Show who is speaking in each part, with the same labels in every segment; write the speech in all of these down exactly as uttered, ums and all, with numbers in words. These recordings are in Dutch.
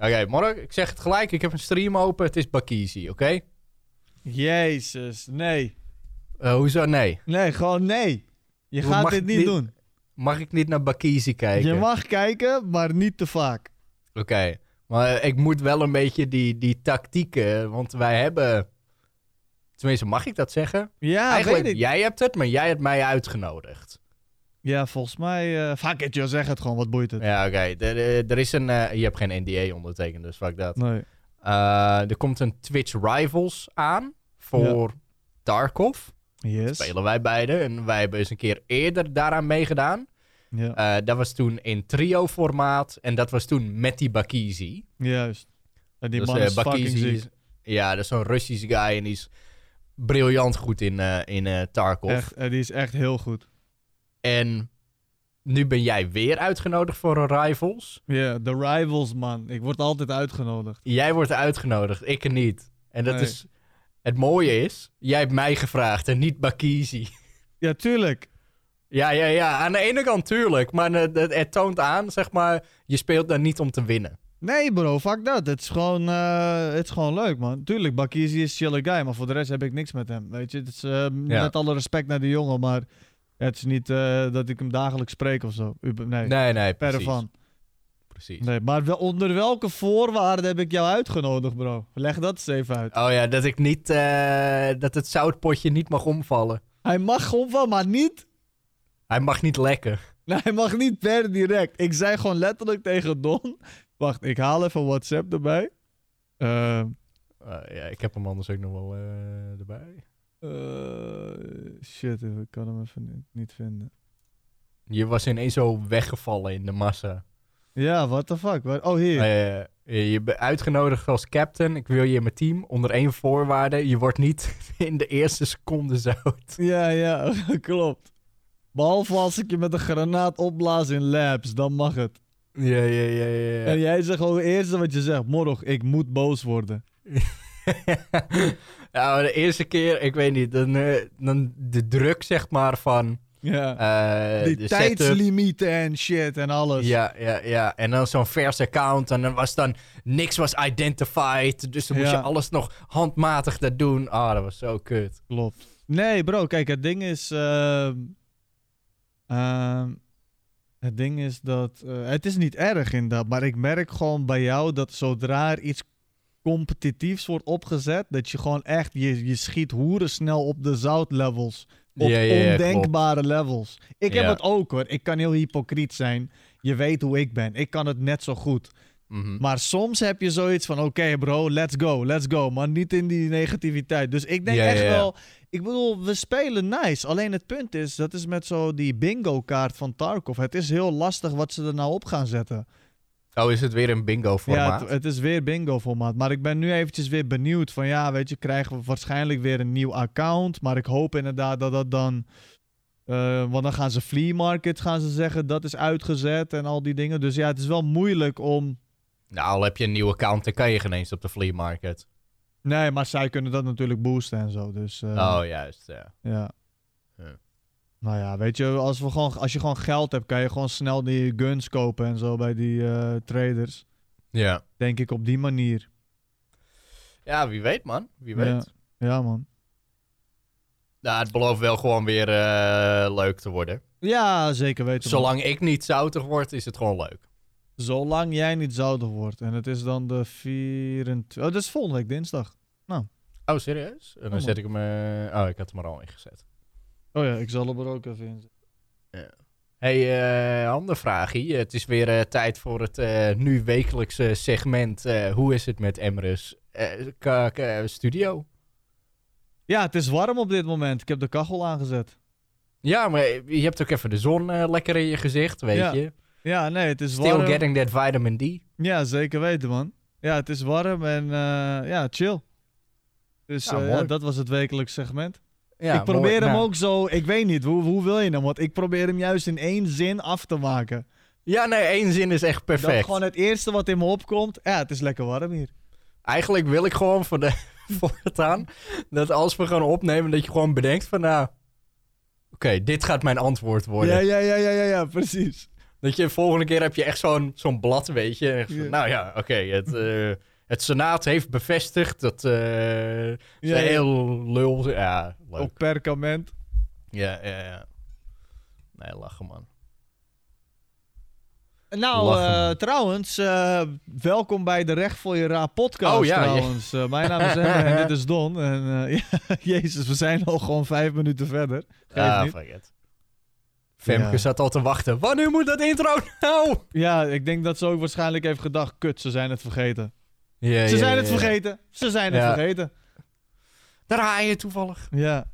Speaker 1: Oké, okay, morgen, ik zeg het gelijk. Ik heb een stream open. Het is Bakizi, oké? Okay?
Speaker 2: Jezus, nee.
Speaker 1: Uh, hoezo nee?
Speaker 2: Nee, gewoon nee. Je gaat dit niet, niet doen.
Speaker 1: Mag ik niet naar Bakizi kijken?
Speaker 2: Je mag kijken, maar niet te vaak.
Speaker 1: Oké, okay. maar uh, ik moet wel een beetje die, die tactieken... Want wij hebben... Tenminste, mag ik dat zeggen?
Speaker 2: Ja,
Speaker 1: eigenlijk,
Speaker 2: weet ik.
Speaker 1: Jij hebt het, maar jij hebt mij uitgenodigd.
Speaker 2: Ja, volgens mij... Uh, fuck it, joh, zeg het gewoon. Wat boeit het?
Speaker 1: Ja, oké. Okay. Er, er is een... Uh, je hebt geen N D A ondertekend, dus fuck dat.
Speaker 2: Nee.
Speaker 1: Uh, er komt een Twitch Rivals aan voor ja. Tarkov.
Speaker 2: Yes.
Speaker 1: Dat spelen wij beide. En wij hebben eens een keer eerder daaraan meegedaan.
Speaker 2: Ja.
Speaker 1: Uh, dat was toen in trio-formaat. En dat was toen met die Bakizi.
Speaker 2: Juist. En die
Speaker 1: dus,
Speaker 2: man
Speaker 1: uh,
Speaker 2: is
Speaker 1: Bakizi
Speaker 2: fucking ziek.
Speaker 1: Is, ja, dat is zo'n Russische guy. En die is briljant goed in, uh, in uh, Tarkov.
Speaker 2: Echt, uh, die is echt heel goed.
Speaker 1: En nu ben jij weer uitgenodigd voor een Rivals.
Speaker 2: Ja, yeah, de Rivals, man. Ik word altijd uitgenodigd.
Speaker 1: Jij wordt uitgenodigd, ik niet. En dat
Speaker 2: nee.
Speaker 1: is... Het mooie is, jij hebt mij gevraagd en niet Bakizi.
Speaker 2: Ja, tuurlijk.
Speaker 1: Ja, ja, ja. Aan de ene kant tuurlijk. Maar het, het, het toont aan, zeg maar, je speelt daar niet om te winnen.
Speaker 2: Nee bro, fuck dat. Het is gewoon, uh, het is gewoon leuk, man. Tuurlijk, Bakizi is een chille guy, maar voor de rest heb ik niks met hem. Weet je, het is uh, ja. met alle respect naar die jongen, maar het is niet uh, dat ik hem dagelijks spreek of zo. Nee,
Speaker 1: nee, nee
Speaker 2: verre van.
Speaker 1: Precies.
Speaker 2: Nee, maar wel, onder welke voorwaarden heb ik jou uitgenodigd, bro? Leg dat eens even uit.
Speaker 1: Oh ja, dat ik niet, uh, dat het zoutpotje niet mag omvallen.
Speaker 2: Hij mag omvallen, maar niet...
Speaker 1: Hij mag niet lekken.
Speaker 2: Nee, hij mag niet per direct. Ik zei gewoon letterlijk tegen Don... Wacht, ik haal even WhatsApp erbij. Uh,
Speaker 1: uh, ja, ik heb hem anders ook nog wel uh, erbij.
Speaker 2: Uh, shit, ik kan hem even niet, niet vinden.
Speaker 1: Je was ineens zo weggevallen in de massa.
Speaker 2: Ja, what the fuck? Oh, hier.
Speaker 1: Uh, je bent uitgenodigd als captain. Ik wil je in mijn team onder één voorwaarde. Je wordt niet in de eerste seconde zout.
Speaker 2: Ja, ja, klopt. Behalve als ik je met een granaat opblaas in labs, dan mag het.
Speaker 1: Ja, ja, ja, ja.
Speaker 2: En jij zegt gewoon het eerste wat je zegt. Morgen, ik moet boos worden.
Speaker 1: Nou, de eerste keer, ik weet niet, dan, uh, dan de druk zeg maar van...
Speaker 2: Ja,
Speaker 1: uh,
Speaker 2: die tijdslimieten en shit en alles.
Speaker 1: Ja, ja, ja. En dan zo'n vers account en dan was dan... Niks was identified, dus dan moest
Speaker 2: ja.
Speaker 1: je alles nog handmatig dat doen. Ah, oh, dat was zo kut.
Speaker 2: Klopt. Nee, bro, kijk, het ding is... Uh, uh, het ding is dat... Uh, het is niet erg inderdaad, maar ik merk gewoon bij jou dat zodra er iets competitiefs wordt opgezet, dat je gewoon echt... Je, je schiet hoeren snel op de zoutlevels... Op ja, ja, ja, ondenkbare klopt. levels. Ik heb ja. het ook hoor. Ik kan heel hypocriet zijn. Je weet hoe ik ben. Ik kan het net zo goed. Mm-hmm. Maar soms heb je zoiets van... Oké okay, bro, let's go, let's go. Maar niet in die negativiteit. Dus ik denk ja, echt ja, ja. wel... Ik bedoel, we spelen nice. Alleen het punt is... Dat is met zo die bingo kaart van Tarkov. Het is heel lastig wat ze er nou op gaan zetten.
Speaker 1: Oh, is het weer een bingo formaat?
Speaker 2: Ja, het, het is weer bingo formaat. Maar ik ben nu eventjes weer benieuwd van ja, weet je, krijgen we waarschijnlijk weer een nieuw account. Maar ik hoop inderdaad dat dat dan... Uh, want dan gaan ze flea market, gaan ze zeggen, dat is uitgezet en al die dingen. Dus ja, het is wel moeilijk om...
Speaker 1: Nou, al heb je een nieuw account, dan kan je geen eens op de flea market.
Speaker 2: Nee, maar zij kunnen dat natuurlijk boosten en zo. Dus, uh,
Speaker 1: oh, juist, ja.
Speaker 2: Ja. ja. Nou ja, weet je, als, we gewoon, als je gewoon geld hebt, kan je gewoon snel die guns kopen en zo bij die uh, traders.
Speaker 1: Ja.
Speaker 2: Denk ik op die manier.
Speaker 1: Ja, wie weet, man. Wie weet.
Speaker 2: Ja, ja man.
Speaker 1: Nou, het belooft wel gewoon weer uh, leuk te worden.
Speaker 2: Ja, zeker weten.
Speaker 1: Zolang
Speaker 2: man.
Speaker 1: ik niet zoutig word, is het gewoon leuk.
Speaker 2: Zolang jij niet zoutig wordt. En het is dan de vierentwintigste... Oh, dat is volgende week dinsdag. Nou.
Speaker 1: Oh, serieus? En dan oh, zet ik hem... Uh... Oh, ik had hem er al ingezet.
Speaker 2: Oh ja, ik zal hem er ook even in zetten.
Speaker 1: Ja. Hey, uh, ander vraagje. Het is weer uh, tijd voor het uh, nu wekelijkse segment. Uh, hoe is het met Emrys uh, k- k- studio?
Speaker 2: Ja, het is warm op dit moment. Ik heb de kachel aangezet.
Speaker 1: Ja, maar je hebt ook even de zon uh, lekker in je gezicht, weet
Speaker 2: ja.
Speaker 1: je.
Speaker 2: Ja, nee, het is
Speaker 1: Still
Speaker 2: warm.
Speaker 1: Still getting that vitamin D.
Speaker 2: Ja, zeker weten, man. Ja, het is warm en uh, ja, chill. Dus ja, uh, ja, dat was het wekelijks segment. Ja, ik probeer mooi, hem nou. ook zo, ik weet niet, hoe, hoe wil je hem? Want ik probeer hem juist in één zin af te maken.
Speaker 1: Ja, nee, één zin is echt perfect.
Speaker 2: Dat gewoon het eerste wat in me opkomt, ja, het is lekker warm hier.
Speaker 1: Eigenlijk wil ik gewoon voor de voortaan, dat als we gaan opnemen, dat je gewoon bedenkt van, nou, oké, okay, dit gaat mijn antwoord worden.
Speaker 2: Ja, ja, ja, ja, ja, ja, precies.
Speaker 1: Dat je de volgende keer heb je echt zo'n, zo'n blad, weet je. Echt van,
Speaker 2: Ja.
Speaker 1: Nou ja, oké, okay, het, uh, het Senaat heeft bevestigd dat uh, ze
Speaker 2: Ja, ja.
Speaker 1: heel lul zijn. Ja, leuk.
Speaker 2: Op perkament.
Speaker 1: Ja, ja, ja. Nee, lachen, man.
Speaker 2: Nou,
Speaker 1: Lachen,
Speaker 2: uh,
Speaker 1: man.
Speaker 2: trouwens, uh, welkom bij de Recht voor je Raad podcast
Speaker 1: Oh, ja,
Speaker 2: trouwens. Ja. Uh, mijn naam is Emre en dit is Don. En uh, ja, jezus, we zijn al gewoon vijf minuten verder. Geef
Speaker 1: Ah,
Speaker 2: niet.
Speaker 1: fuck it. Femke
Speaker 2: Ja.
Speaker 1: zat al te wachten. Wanneer moet dat intro nou?
Speaker 2: Ja, ik denk dat ze ook waarschijnlijk heeft gedacht, kut, ze zijn het vergeten.
Speaker 1: Ja,
Speaker 2: Ze
Speaker 1: ja,
Speaker 2: zijn
Speaker 1: ja,
Speaker 2: het
Speaker 1: ja.
Speaker 2: vergeten. Ze zijn het
Speaker 1: Ja.
Speaker 2: vergeten.
Speaker 1: Daar haal je toevallig.
Speaker 2: Ja.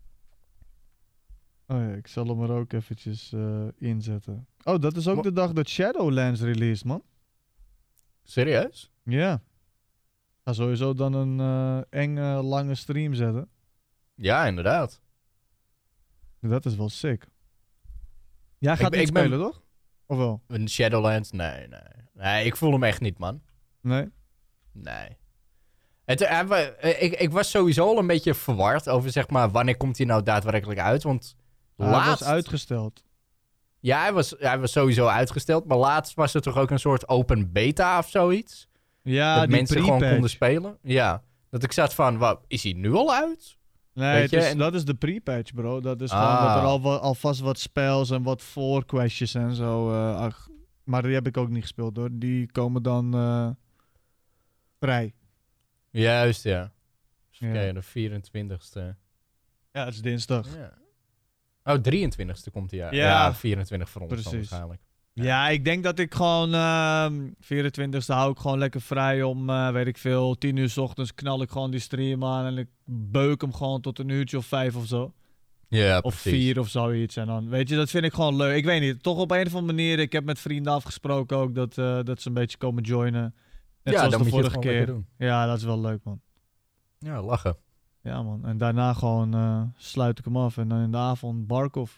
Speaker 2: Oh ja, ik zal hem er ook eventjes uh, inzetten. Oh, dat is ook
Speaker 1: Mo-
Speaker 2: de dag dat Shadowlands released, man.
Speaker 1: Serieus?
Speaker 2: Ja. Ga sowieso dan een uh, enge, lange stream zetten.
Speaker 1: Ja, inderdaad.
Speaker 2: Dat is wel sick. Jij gaat
Speaker 1: Ik-
Speaker 2: niet
Speaker 1: ik ben-
Speaker 2: spelen, toch? Of wel?
Speaker 1: Een Shadowlands? Nee, nee. Nee, ik voel hem echt niet, man.
Speaker 2: Nee?
Speaker 1: Nee. Het, eh, we- eh, ik, ik was sowieso al een beetje verward over, zeg maar, wanneer komt hij nou daadwerkelijk uit? Want
Speaker 2: Hij
Speaker 1: laatst...
Speaker 2: was uitgesteld.
Speaker 1: Ja, hij was, hij was sowieso uitgesteld. Maar laatst was er toch ook een soort open beta of zoiets?
Speaker 2: Ja,
Speaker 1: dat
Speaker 2: die
Speaker 1: mensen gewoon
Speaker 2: pre-patch.
Speaker 1: konden spelen? Ja. Dat ik zat van, wat, is hij nu al uit?
Speaker 2: Nee,
Speaker 1: Weet
Speaker 2: het
Speaker 1: je,
Speaker 2: is,
Speaker 1: en-
Speaker 2: dat is de pre-patch, bro. Dat is
Speaker 1: Ah.
Speaker 2: gewoon dat er al wa- alvast wat spells en wat voorquestjes en zo. eh, ach, maar die heb ik ook niet gespeeld, hoor. Die komen dan eh, vrij.
Speaker 1: Juist, ja. Dus
Speaker 2: Ja.
Speaker 1: Oké, de vierentwintigste.
Speaker 2: Ja, het is dinsdag.
Speaker 1: Ja. Oh, drieëntwintigste komt hij uit.
Speaker 2: Ja.
Speaker 1: Ja, vierentwintig voor ons dan
Speaker 2: Precies.
Speaker 1: waarschijnlijk.
Speaker 2: Ja, ik denk dat ik gewoon... ehm vierentwintigste hou ik gewoon lekker vrij om, eh, weet ik veel, tien uur 's ochtends knal ik gewoon die stream aan en ik beuk hem gewoon tot een uurtje of vijf of zo.
Speaker 1: Ja,
Speaker 2: Of
Speaker 1: precies.
Speaker 2: vier of zoiets. En dan, weet je, dat vind ik gewoon leuk. Ik weet niet, toch op een of andere manier. Ik heb met vrienden afgesproken ook dat, eh, dat ze een beetje komen joinen. Net
Speaker 1: Ja,
Speaker 2: zoals
Speaker 1: dan
Speaker 2: de
Speaker 1: moet je het
Speaker 2: vorige
Speaker 1: gewoon
Speaker 2: keer.
Speaker 1: lekker doen.
Speaker 2: Ja, dat is wel leuk, man.
Speaker 1: Ja, lachen.
Speaker 2: Ja, man. En daarna gewoon eh, sluit ik hem af. En dan in de avond Barkov,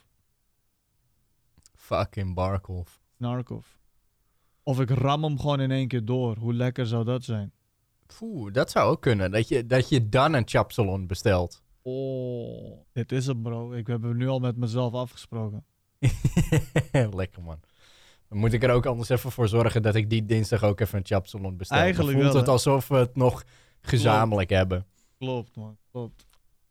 Speaker 1: Fucking Barkov.
Speaker 2: Narkov. Of ik ram hem gewoon in één keer door. Hoe lekker zou dat zijn?
Speaker 1: Poeh, dat zou ook kunnen. Dat je, dat je dan een chapsalon bestelt.
Speaker 2: Oh, dit is hem, bro. Ik heb hem nu al met mezelf afgesproken.
Speaker 1: Lekker, man. Dan moet ik er ook anders even voor zorgen dat ik die dinsdag ook even een chapsalon bestel.
Speaker 2: Eigenlijk
Speaker 1: Dan voelt
Speaker 2: wel,
Speaker 1: het
Speaker 2: hè?
Speaker 1: alsof we het nog gezamenlijk hebben.
Speaker 2: Klopt, man. Klopt.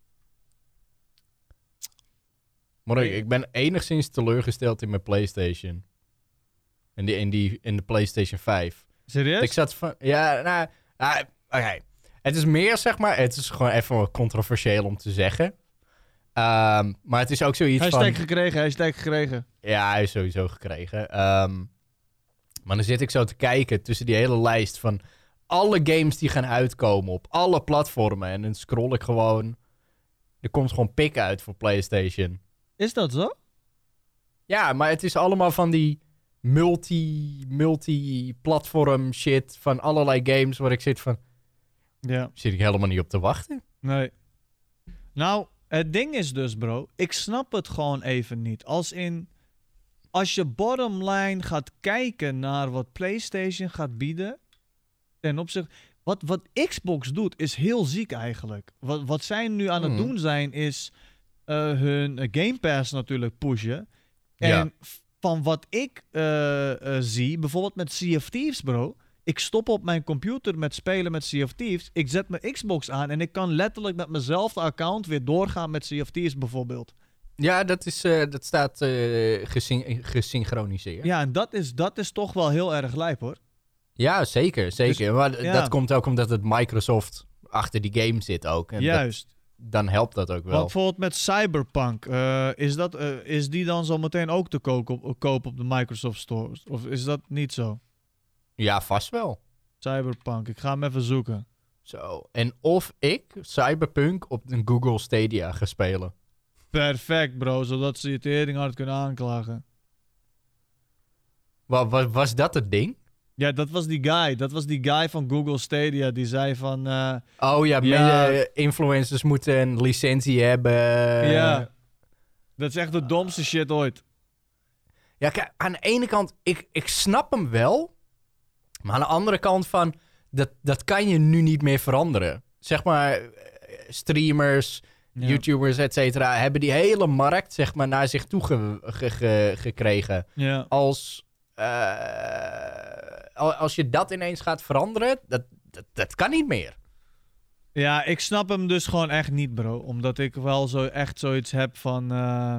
Speaker 1: Maar ik, ik ben enigszins teleurgesteld in mijn PlayStation. In, die, in, die, in de PlayStation vijf.
Speaker 2: Serieus?
Speaker 1: Ik zat van... Ja, nou... nou Oké. Het is meer, zeg maar... Het is gewoon even wat controversieel om te zeggen. Um, maar het is ook zoiets
Speaker 2: Hashtag
Speaker 1: van...
Speaker 2: gekregen, hashtag gekregen.
Speaker 1: Ja, hij is sowieso gekregen. Um, maar dan zit ik zo te kijken tussen die hele lijst van... alle games die gaan uitkomen op alle platformen. En dan scroll ik gewoon... Er komt gewoon pik uit voor PlayStation.
Speaker 2: Is dat zo?
Speaker 1: Ja, maar het is allemaal van die multi, multi-platform shit van allerlei games waar ik zit van...
Speaker 2: Ja.
Speaker 1: Zit ik helemaal niet op te wachten.
Speaker 2: Nee. Nou, het ding is dus, bro, ik snap het gewoon even niet. Als in, als je bottom line gaat kijken naar wat PlayStation gaat bieden, ten opzichte, wat, wat Xbox doet, is heel ziek eigenlijk. Wat, wat zij nu aan het
Speaker 1: Mhm.
Speaker 2: doen zijn, is uh, hun uh, Game Pass natuurlijk pushen. En
Speaker 1: Ja.
Speaker 2: f- van wat ik uh, uh, zie, bijvoorbeeld met Sea of Thieves, bro. Ik stop op mijn computer met spelen met Sea of Thieves. Ik zet mijn Xbox aan en ik kan letterlijk met mijnzelfde account weer doorgaan met Sea of Thieves bijvoorbeeld.
Speaker 1: Ja, dat, is, uh, dat staat uh, gesyn- gesynchroniseerd. Ja,
Speaker 2: Ja, en dat is, dat is toch wel heel erg lijp, hoor.
Speaker 1: ja zeker. zeker.
Speaker 2: Dus,
Speaker 1: maar
Speaker 2: ja.
Speaker 1: dat komt ook omdat het Microsoft achter die game zit ook. En
Speaker 2: Juist.
Speaker 1: dat, dan helpt dat ook wel.
Speaker 2: Want bijvoorbeeld met Cyberpunk, uh, is, dat, uh, is die dan zo meteen ook te koop op, koop op de Microsoft Store? Of is dat niet zo?
Speaker 1: Ja, vast wel.
Speaker 2: Cyberpunk, ik ga hem even zoeken.
Speaker 1: Zo. En of ik Cyberpunk op een Google Stadia ga spelen.
Speaker 2: Perfect, bro, zodat ze je tering hard kunnen aanklagen.
Speaker 1: Wa- wa- was dat het ding?
Speaker 2: Ja, dat was die guy. Dat was die guy van Google Stadia die zei van... Uh,
Speaker 1: Oh ja,
Speaker 2: Ja.
Speaker 1: men- eh, influencers moeten een licentie hebben.
Speaker 2: ja, dat is echt de domste shit ooit.
Speaker 1: Ja, kijk, aan de ene kant, ik, ik snap hem wel. Maar aan de andere kant van, dat, dat kan je nu niet meer veranderen. Zeg maar, eh, streamers,
Speaker 2: Ja.
Speaker 1: YouTubers, et cetera, hebben die hele markt, zeg maar, naar zich toe ge- ge- ge- gekregen.
Speaker 2: Ja.
Speaker 1: Als Uh, als je dat ineens gaat veranderen, dat, dat, dat kan niet meer.
Speaker 2: Ja, ik snap hem dus gewoon echt niet, bro. Omdat ik wel zo echt zoiets heb van... Uh...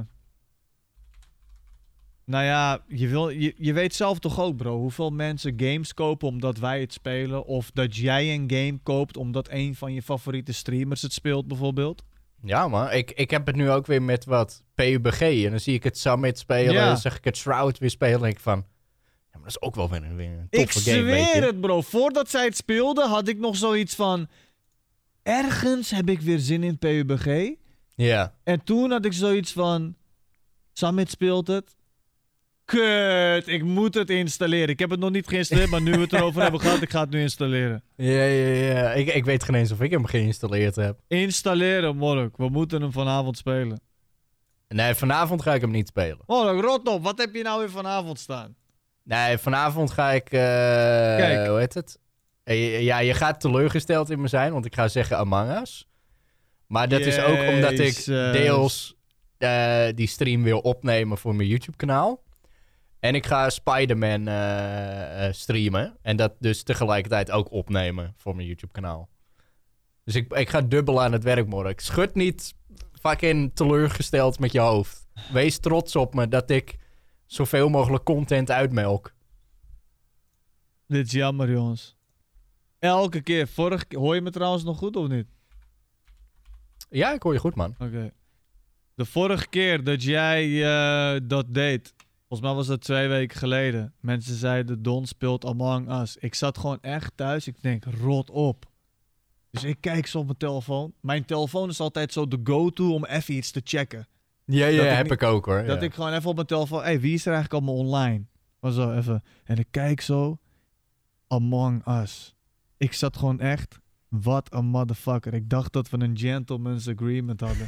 Speaker 2: Nou ja, je, wil, je, je weet zelf toch ook, bro, hoeveel mensen games kopen omdat wij het spelen. Of dat jij een game koopt omdat een van je favoriete streamers het speelt, bijvoorbeeld.
Speaker 1: Ja, man. Ik, ik heb het nu ook weer met wat P U B G. En dan zie ik het Summit spelen. Ja. Dan zeg ik het Shroud weer spelen. En denk ik van... Ja, maar dat is ook wel weer een, weer een toffe
Speaker 2: ik
Speaker 1: game, weet je.
Speaker 2: Ik zweer het, bro. Voordat zij het speelden, had ik nog zoiets van... Ergens heb ik weer zin in P U B G.
Speaker 1: Ja.
Speaker 2: En toen had ik zoiets van... Summit speelt het. Kut, ik moet het installeren. Ik heb het nog niet geïnstalleerd, maar nu we het erover hebben gehad, ik ga het nu installeren.
Speaker 1: Ja, ja, ja. Ik, ik weet geen eens of ik hem geïnstalleerd heb.
Speaker 2: Installeren, Mork. We moeten hem vanavond spelen.
Speaker 1: Nee, vanavond ga ik hem niet spelen.
Speaker 2: Mork, rot op. Wat heb je nou weer vanavond staan?
Speaker 1: Nee, vanavond ga ik... Uh, Kijk. Hoe heet het? Ja, je gaat teleurgesteld in me zijn, want ik ga zeggen Among Us. Maar dat Jezus. Is ook omdat ik deels uh, die stream wil opnemen voor mijn YouTube-kanaal. En ik ga Spider-Man uh, uh, streamen. En dat dus tegelijkertijd ook opnemen voor mijn YouTube-kanaal. Dus ik, ik ga dubbel aan het werk morgen. Schud niet fucking teleurgesteld met je hoofd. Wees trots op me dat ik zoveel mogelijk content uitmelk.
Speaker 2: Dit is jammer, jongens. Elke keer. Vorige keer. Hoor je me trouwens nog goed of niet?
Speaker 1: Ja, ik hoor je goed, man.
Speaker 2: Oké. Okay. De vorige keer dat jij uh, dat deed... Volgens mij was dat twee weken geleden. Mensen zeiden, Don speelt Among Us. Ik zat gewoon echt thuis. Ik denk, rot op. Dus ik kijk zo op mijn telefoon. Mijn telefoon is altijd zo de go-to om even iets te checken.
Speaker 1: Ja, ja, heb ik, ik ook hoor.
Speaker 2: Dat
Speaker 1: ja.
Speaker 2: ik gewoon even op mijn telefoon... Hé, hey, wie is er eigenlijk allemaal online? Maar zo even. En ik kijk zo. Among Us. Ik zat gewoon echt... Wat een motherfucker. Ik dacht dat we een gentleman's agreement hadden.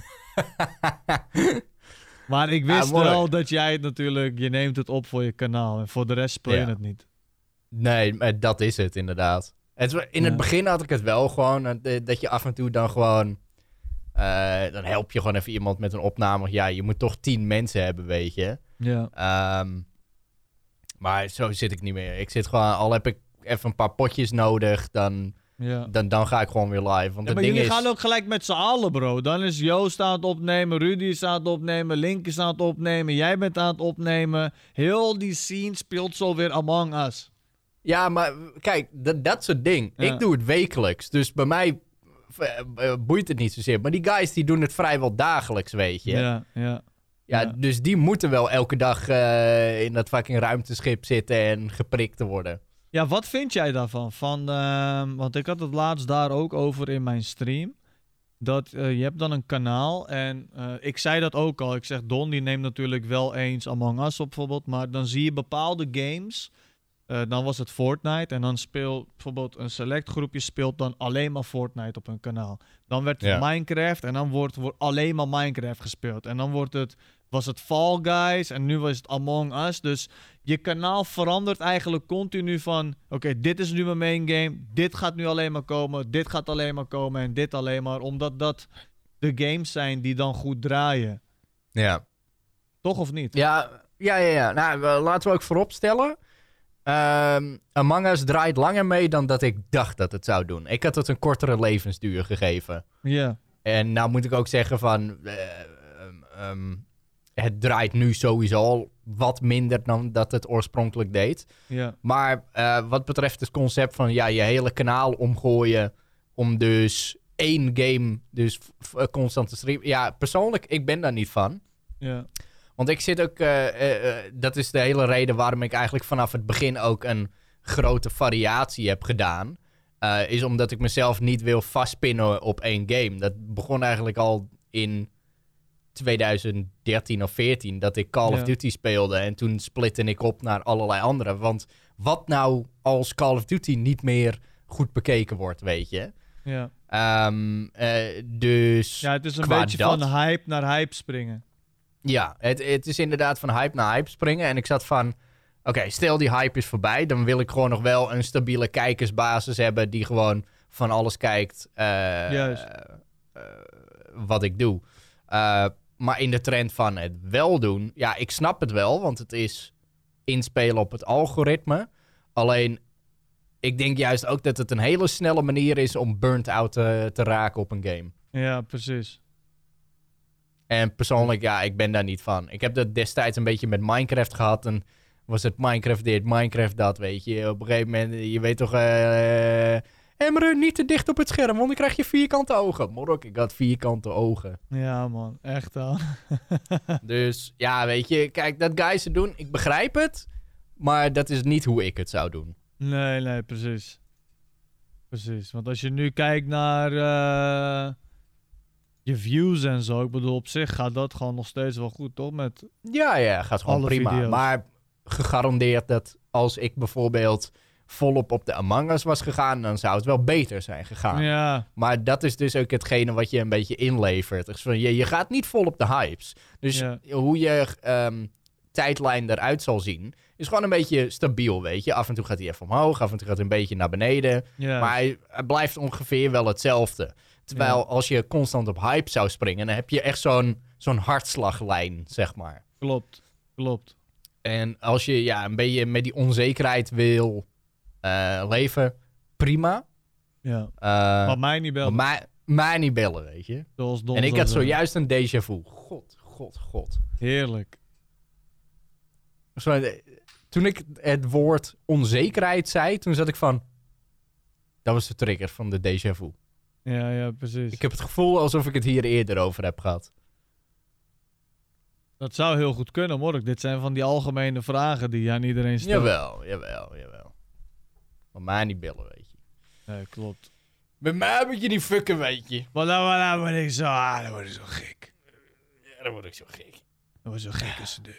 Speaker 2: Maar ik wist ja, wel dat jij het natuurlijk... Je neemt het op voor je kanaal. En voor de rest speel je ja. het niet.
Speaker 1: Nee, dat is het inderdaad. Het, in ja. het begin had ik het wel gewoon... Dat je af en toe dan gewoon... Uh, dan help je gewoon even iemand met een opname. Ja, je moet toch tien mensen hebben, weet je.
Speaker 2: Ja.
Speaker 1: Um, maar zo zit ik niet meer. Ik zit gewoon... Al heb ik even een paar potjes nodig... Dan... Ja. Dan, dan ga ik gewoon weer live. Want
Speaker 2: ja, maar
Speaker 1: ding
Speaker 2: jullie
Speaker 1: is...
Speaker 2: gaan ook gelijk met z'n allen, bro. Dan is Joost aan het opnemen, Rudy is aan het opnemen, Link is aan het opnemen, jij bent aan het opnemen. Heel die scene speelt zo weer Among Us.
Speaker 1: Ja, maar kijk, dat, dat soort ding. Ja. Ik doe het wekelijks. Dus bij mij uh, boeit het niet zozeer. Maar die guys die doen het vrijwel dagelijks, weet je.
Speaker 2: Ja, ja.
Speaker 1: Ja, ja. Dus die moeten wel elke dag uh, in dat fucking ruimteschip zitten en geprikt te worden.
Speaker 2: Ja, wat vind jij daarvan? Van, uh, want ik had het laatst daar ook over in mijn stream. Dat uh, je hebt dan een kanaal en uh, ik zei dat ook al. Ik zeg, Don die neemt natuurlijk wel eens Among Us op bijvoorbeeld. Maar dan zie je bepaalde games. Uh, dan was het Fortnite en dan speelt bijvoorbeeld een select groepje speelt dan alleen maar Fortnite op hun kanaal. Dan werd het ja. Minecraft en dan wordt, wordt alleen maar Minecraft gespeeld. En dan wordt het, was het Fall Guys en nu was het Among Us. Dus je kanaal verandert eigenlijk continu van... Oké, okay, dit is nu mijn main game. Dit gaat nu alleen maar komen. Dit gaat alleen maar komen en dit alleen maar. Omdat dat de games zijn die dan goed draaien.
Speaker 1: Ja.
Speaker 2: Toch of niet?
Speaker 1: Ja, ja, ja. ja. Nou, laten we ook vooropstellen... Um, Among Us draait langer mee dan dat ik dacht dat het zou doen. Ik had het een kortere levensduur gegeven.
Speaker 2: Ja. Yeah.
Speaker 1: En nou moet ik ook zeggen van... Uh, um, um, het draait nu sowieso al wat minder dan dat het oorspronkelijk deed.
Speaker 2: Ja. Yeah.
Speaker 1: Maar uh, wat betreft het concept van ja, je hele kanaal omgooien... om dus één game dus f- f- constant te streamen... Ja, persoonlijk, ik ben daar niet van.
Speaker 2: Ja. Yeah.
Speaker 1: Want ik zit ook... Uh, uh, uh, dat is de hele reden waarom ik eigenlijk vanaf het begin ook een grote variatie heb gedaan. Uh, is omdat ik mezelf niet wil vastpinnen op één game. Dat begon eigenlijk al in twintig dertien of veertien dat ik Call ja. of Duty speelde. En toen splitte ik op naar allerlei andere. Want wat nou als Call of Duty niet meer goed bekeken wordt, weet je?
Speaker 2: Ja.
Speaker 1: Um, uh, dus...
Speaker 2: Ja, het is een beetje dat, van hype naar hype springen.
Speaker 1: Ja, het, het is inderdaad van hype naar hype springen. En ik zat van... Oké, okay, stel die hype is voorbij. Dan wil ik gewoon nog wel een stabiele kijkersbasis hebben... die gewoon van alles kijkt... Uh,
Speaker 2: Juist.
Speaker 1: Uh, uh, wat ik doe. Uh, maar in de trend van het wel doen... Ja, ik snap het wel, want het is inspelen op het algoritme. Alleen, ik denk juist ook dat het een hele snelle manier is om burnt out te, te raken op een game.
Speaker 2: Ja, precies.
Speaker 1: En persoonlijk, ja, ik ben daar niet van. Ik heb dat destijds een beetje met Minecraft gehad. En was het Minecraft dit, Minecraft dat, weet je. Op een gegeven moment, je weet toch... Uh, Emre, niet te dicht op het scherm, want dan krijg je vierkante ogen. Morok, ik had vierkante ogen.
Speaker 2: Ja, man. Echt al.
Speaker 1: Dus, ja, weet je. Kijk, dat guys het doen, ik begrijp het. Maar dat is niet hoe ik het zou doen.
Speaker 2: Nee, nee, precies. Precies. Want als je nu kijkt naar uh, je views en zo. Ik bedoel, op zich gaat dat gewoon nog steeds wel goed, toch? Met
Speaker 1: Ja, ja, gaat gewoon
Speaker 2: alle
Speaker 1: prima.
Speaker 2: video's.
Speaker 1: Maar gegarandeerd dat als ik bijvoorbeeld volop op de Among Us was gegaan, dan zou het wel beter zijn gegaan.
Speaker 2: Ja.
Speaker 1: Maar dat is dus ook hetgene wat je een beetje inlevert. Dus van, je, je gaat niet vol op de hypes. Dus
Speaker 2: Ja.
Speaker 1: hoe je um, tijdlijn eruit zal zien, is gewoon een beetje stabiel, weet je. Af en toe gaat hij even omhoog, af en toe gaat hij een beetje naar beneden.
Speaker 2: Ja.
Speaker 1: Maar hij, hij blijft ongeveer wel hetzelfde. Terwijl
Speaker 2: Ja.
Speaker 1: als je constant op hype zou springen, dan heb je echt zo'n, zo'n hartslaglijn, zeg maar.
Speaker 2: Klopt. Klopt.
Speaker 1: En als je ja, een beetje met die onzekerheid wil uh, leven, prima.
Speaker 2: Ja.
Speaker 1: Uh,
Speaker 2: Maar mij niet bellen.
Speaker 1: maar mij, mij niet bellen, weet je.
Speaker 2: Zoals Don
Speaker 1: En ik
Speaker 2: zou
Speaker 1: had
Speaker 2: zeggen.
Speaker 1: zojuist een déjà vu. God, god, god.
Speaker 2: Heerlijk.
Speaker 1: Zo, toen ik het woord onzekerheid zei, toen zat ik van... Dat was de trigger van de déjà vu.
Speaker 2: Ja, ja, precies.
Speaker 1: Ik heb het gevoel alsof ik het hier eerder over heb gehad.
Speaker 2: Dat zou heel goed kunnen, Mork. Dit zijn van die algemene vragen die je aan iedereen stelt.
Speaker 1: Jawel, jawel, jawel. Maar mij niet bellen, weet je.
Speaker 2: Ja, klopt.
Speaker 1: Met mij moet je niet fucken, weet je.
Speaker 2: Maar dan, maar dan word ik zo... Ah, dan word ik zo gek.
Speaker 1: Ja, dan word ik zo gek.
Speaker 2: Dan word ik zo gek als ze deur.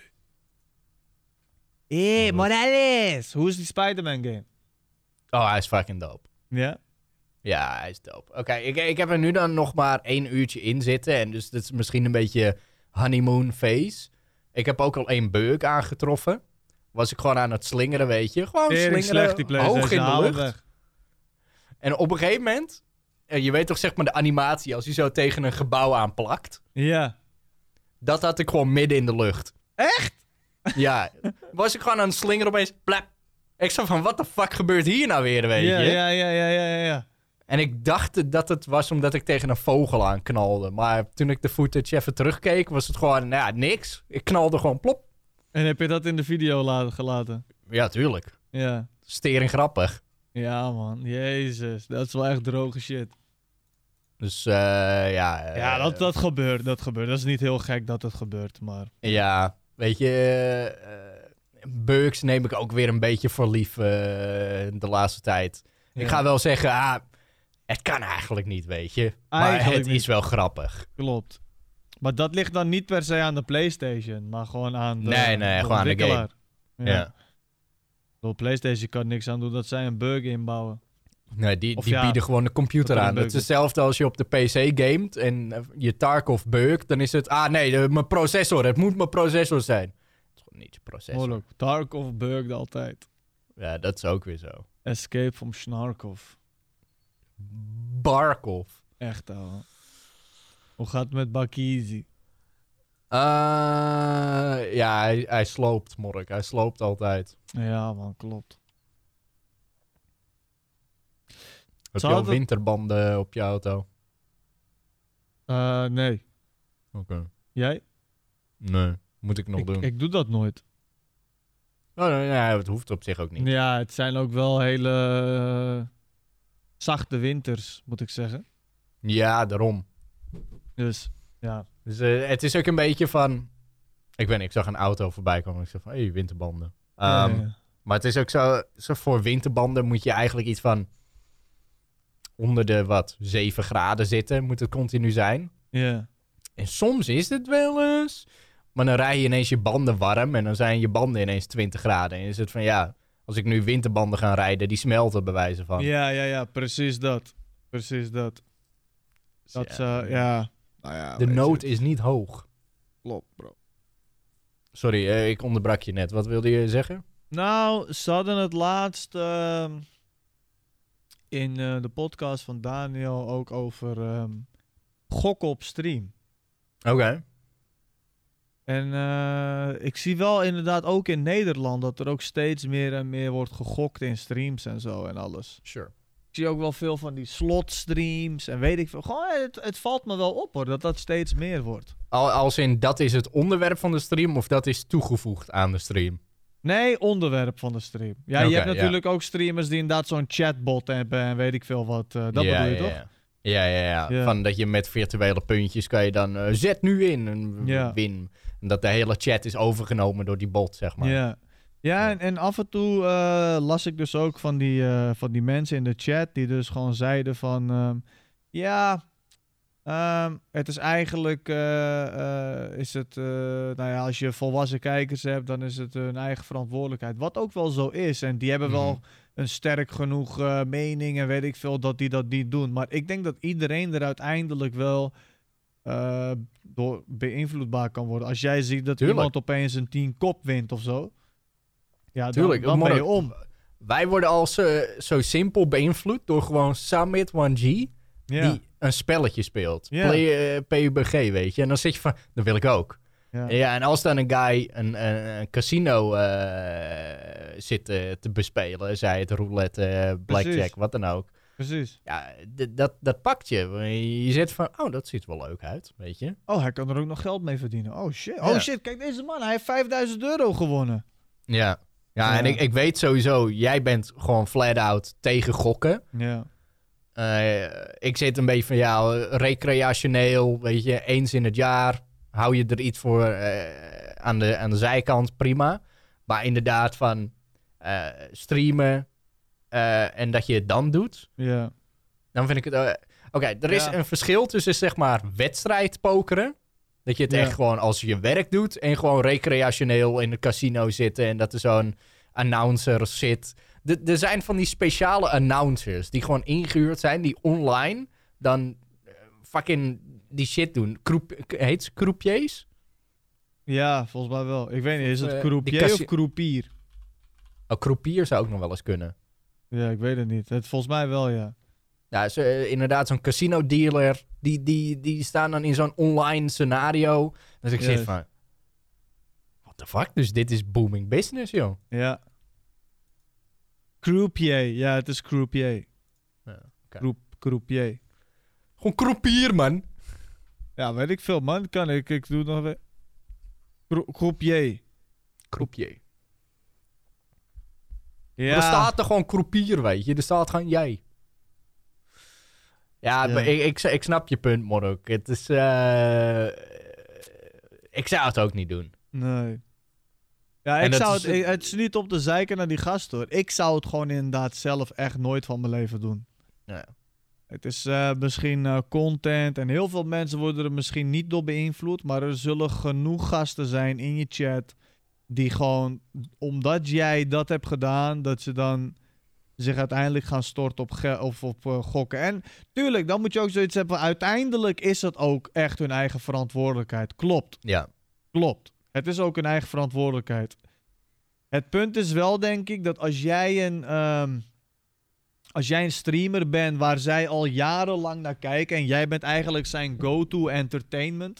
Speaker 2: Hé, hey, Morales! Hoe is die Spider-Man game?
Speaker 1: Oh, hij is fucking dope.
Speaker 2: Ja?
Speaker 1: Ja, hij is dope. Oké, okay, ik, ik heb er nu dan nog maar één uurtje in zitten. En dus dat is misschien een beetje honeymoon phase. Ik heb ook al één bug aangetroffen. Was ik gewoon aan het slingeren, weet je. Gewoon
Speaker 2: Tering
Speaker 1: slingeren,
Speaker 2: slecht, die
Speaker 1: hoog in
Speaker 2: PlayStation.
Speaker 1: de
Speaker 2: Haal hem
Speaker 1: lucht.
Speaker 2: weg.
Speaker 1: En op een gegeven moment... Je weet toch zeg maar de animatie als hij zo tegen een gebouw aanplakt.
Speaker 2: Ja.
Speaker 1: Dat had ik gewoon midden in de lucht.
Speaker 2: Echt?
Speaker 1: Ja. Was ik gewoon aan het slingeren opeens. Plap. Ik zag van, wat de fuck gebeurt hier nou weer, weet
Speaker 2: Ja,
Speaker 1: je?
Speaker 2: ja, ja, ja, ja, ja.
Speaker 1: En ik dacht dat het was omdat ik tegen een vogel aan knalde. Maar toen ik de footage even terugkeek, was het gewoon, nou ja, niks. Ik knalde gewoon plop.
Speaker 2: En heb je dat in de video la- gelaten?
Speaker 1: Ja, tuurlijk.
Speaker 2: Ja.
Speaker 1: Stering grappig.
Speaker 2: Ja, man. Jezus. Dat is wel echt droge shit.
Speaker 1: Dus, eh, ja... eh,
Speaker 2: Ja, dat, dat gebeurt. Dat gebeurt. Dat is niet heel gek dat het gebeurt, maar...
Speaker 1: Ja, weet je... eh, bugs neem ik ook weer een beetje voor lief eh, de laatste tijd.
Speaker 2: Ja.
Speaker 1: Ik ga wel zeggen, ah, het kan eigenlijk niet, weet je. Maar
Speaker 2: Eigenlijk
Speaker 1: het
Speaker 2: niet.
Speaker 1: is wel grappig.
Speaker 2: Klopt. Maar dat ligt dan niet per se aan de PlayStation, maar gewoon aan de
Speaker 1: Nee, nee, gewoon aan de
Speaker 2: ontwikkelaar.
Speaker 1: Ja. ja.
Speaker 2: De PlayStation kan niks aan doen dat zij een bug inbouwen.
Speaker 1: Nee, die,
Speaker 2: Of
Speaker 1: die
Speaker 2: ja,
Speaker 1: bieden gewoon de computer
Speaker 2: dat er
Speaker 1: aan.
Speaker 2: een
Speaker 1: Het is
Speaker 2: bug is.
Speaker 1: hetzelfde als je op de P C gamet en eh, je Tarkov bugt, dan is het, ah nee, de, mijn processor, het moet mijn processor zijn. Het is gewoon niet je processor.
Speaker 2: Moeilijk. Tarkov bugde altijd.
Speaker 1: Ja, dat is ook weer zo.
Speaker 2: Escape from Snarkov.
Speaker 1: Barkov.
Speaker 2: Echt al. Hoe gaat het met Bakizi?
Speaker 1: Uh, ja, hij, hij sloopt, Mork. Hij sloopt altijd.
Speaker 2: Ja, man, klopt.
Speaker 1: Heb
Speaker 2: Zou
Speaker 1: je al
Speaker 2: dat-
Speaker 1: winterbanden op je auto?
Speaker 2: Eh, nee.
Speaker 1: Oké.
Speaker 2: Jij?
Speaker 1: Nee, moet ik nog
Speaker 2: ik,
Speaker 1: doen.
Speaker 2: ik doe dat nooit.
Speaker 1: Oh, nee, nee, het hoeft op zich ook niet.
Speaker 2: Ja, het zijn ook wel hele eh, zachte winters, moet ik zeggen.
Speaker 1: Ja, daarom.
Speaker 2: Dus, ja.
Speaker 1: Dus eh, het is ook een beetje van... Ik weet niet, ik zag een auto voorbij komen en ik zei van, hé, hey, winterbanden.
Speaker 2: Ja,
Speaker 1: Ehm,
Speaker 2: ja, ja.
Speaker 1: Maar het is ook zo, zo, voor winterbanden moet je eigenlijk iets van onder de, wat, zeven graden zitten. Moet het continu zijn.
Speaker 2: Ja.
Speaker 1: En soms is het wel eens. Maar dan rij je ineens je banden warm en dan zijn je banden ineens twintig graden. En is het van, ja, als ik nu winterbanden ga rijden, die smelten bij wijze van.
Speaker 2: Ja, ja, ja, precies dat. Precies dat.
Speaker 1: Dus
Speaker 2: Dat is,
Speaker 1: ja,
Speaker 2: eh, ja. Nou ja,
Speaker 1: de
Speaker 2: weet
Speaker 1: nood
Speaker 2: je.
Speaker 1: is niet hoog.
Speaker 2: Klopt, bro.
Speaker 1: Sorry, eh, ik onderbrak je net. Wat wilde je zeggen?
Speaker 2: Nou, ze hadden het laatst ehm, in eh, de podcast van Daniel ook over ehm, gokken op stream.
Speaker 1: Oké.
Speaker 2: En uh, ik zie wel inderdaad ook in Nederland dat er ook steeds meer en meer wordt gegokt in streams en zo en alles.
Speaker 1: Sure.
Speaker 2: Ik zie ook wel veel van die slotstreams en weet ik veel. Gewoon, het, het valt me wel op hoor, dat dat steeds meer wordt.
Speaker 1: Al, als in, dat is het onderwerp van de stream of dat is toegevoegd aan de stream?
Speaker 2: Nee, onderwerp van de stream. Ja,
Speaker 1: Okay,
Speaker 2: je hebt natuurlijk
Speaker 1: ja.
Speaker 2: ook streamers die inderdaad zo'n chatbot hebben en weet ik veel wat. Uh, dat
Speaker 1: ja,
Speaker 2: bedoel je
Speaker 1: ja,
Speaker 2: toch?
Speaker 1: Ja. Ja, ja, ja,
Speaker 2: ja.
Speaker 1: Van dat je met virtuele puntjes kan je dan uh, zet nu in en
Speaker 2: ja.
Speaker 1: win. En dat de hele chat is overgenomen door die bot, zeg maar.
Speaker 2: Ja, ja en, en af en toe uh, las ik dus ook van die, uh, van die mensen in de chat die dus gewoon zeiden van... Um, ja, um, het is eigenlijk... Uh, uh, is het, uh, nou ja, als je volwassen kijkers hebt, dan is het hun eigen verantwoordelijkheid. Wat ook wel zo is. En die hebben wel... Mm. een sterk genoeg uh, mening en weet ik veel dat die dat niet doen. Maar ik denk dat iedereen er uiteindelijk wel uh, door beïnvloedbaar kan worden. Als jij ziet dat Tuurlijk. iemand opeens een tien kop wint of zo. Ja,
Speaker 1: Tuurlijk,
Speaker 2: dan, dan ben je om.
Speaker 1: Wij worden al zo, zo simpel beïnvloed door gewoon Summit one G... Ja. die een spelletje speelt. Ja. Play, uh, P U B G, weet je. En dan zit je van, dat wil ik ook. Ja, ja en als dan een guy een, een, een casino uh, zit uh, te bespelen, zij het roulette, uh, blackjack, Precies. wat dan ook.
Speaker 2: Precies.
Speaker 1: Ja, d- dat, dat pakt je. Je zit van, oh, dat ziet er wel leuk uit, weet je.
Speaker 2: Oh, hij kan er ook nog geld mee verdienen. Oh shit, oh ja. shit, kijk deze man, hij heeft vijfduizend euro gewonnen.
Speaker 1: Ja, ja, ja. en ik, ik weet sowieso, jij bent gewoon flat out tegen gokken.
Speaker 2: Ja.
Speaker 1: Uh, ik zit een beetje van, ja, recreationeel, weet je, eens in het jaar... hou je er iets voor uh, aan, de, aan de zijkant, prima. Maar inderdaad van uh, streamen uh, en dat je het dan doet.
Speaker 2: Ja.
Speaker 1: Dan vind ik het... Uh, Oké, okay, er is ja. een verschil tussen zeg maar wedstrijdpokeren. Dat je het ja. echt gewoon als je werk doet. En gewoon recreationeel in een casino zitten. En dat er zo'n announcer zit. De, er zijn van die speciale announcers die gewoon ingehuurd zijn. Die online dan uh, fucking... die shit doen. Kroep, heet ze croupiers?
Speaker 2: Ja, volgens mij wel. Ik weet niet, is het uh, croupier
Speaker 1: cassi-
Speaker 2: of croupier?
Speaker 1: Oh, croupier zou ook nog wel eens kunnen.
Speaker 2: Ja, ik weet het niet. Het, volgens mij wel, ja.
Speaker 1: Ja, zo, uh, inderdaad, zo'n casino dealer. Die, die, die staan dan in zo'n online scenario. Dus ik yes. zit van... What the fuck? Dus dit is booming business, joh.
Speaker 2: Ja. Croupier. Ja, het is croupier.
Speaker 1: Ja, okay.
Speaker 2: Croup, croupier.
Speaker 1: Gewoon croupier, man.
Speaker 2: Ja, weet ik veel, man. Kan ik. Ik doe nog weer. Cro- croupier.
Speaker 1: Croupier.
Speaker 2: Ja.
Speaker 1: Maar er staat er gewoon croupier, weet je. Er staat gewoon jij. Ja, ja. Ik, ik, ik snap je punt, Morok. Het is... Uh, ik zou het ook niet doen.
Speaker 2: Nee. Ja, ik zou is, het... Ik, het is niet op de zeiken naar die gast, hoor. Ik zou het gewoon inderdaad zelf echt nooit van mijn leven doen.
Speaker 1: Ja.
Speaker 2: Het is uh, misschien uh, content en heel veel mensen worden er misschien niet door beïnvloed, maar er zullen genoeg gasten zijn in je chat die gewoon, omdat jij dat hebt gedaan, dat ze dan zich uiteindelijk gaan storten op, ge- of op uh, gokken. En tuurlijk, dan moet je ook zoiets hebben, uiteindelijk is het ook echt hun eigen verantwoordelijkheid. Klopt.
Speaker 1: Ja.
Speaker 2: Klopt. Het is ook hun eigen verantwoordelijkheid. Het punt is wel, denk ik, dat als jij een... Um, Als jij een streamer bent waar zij al jarenlang naar kijken en jij bent eigenlijk zijn go-to entertainment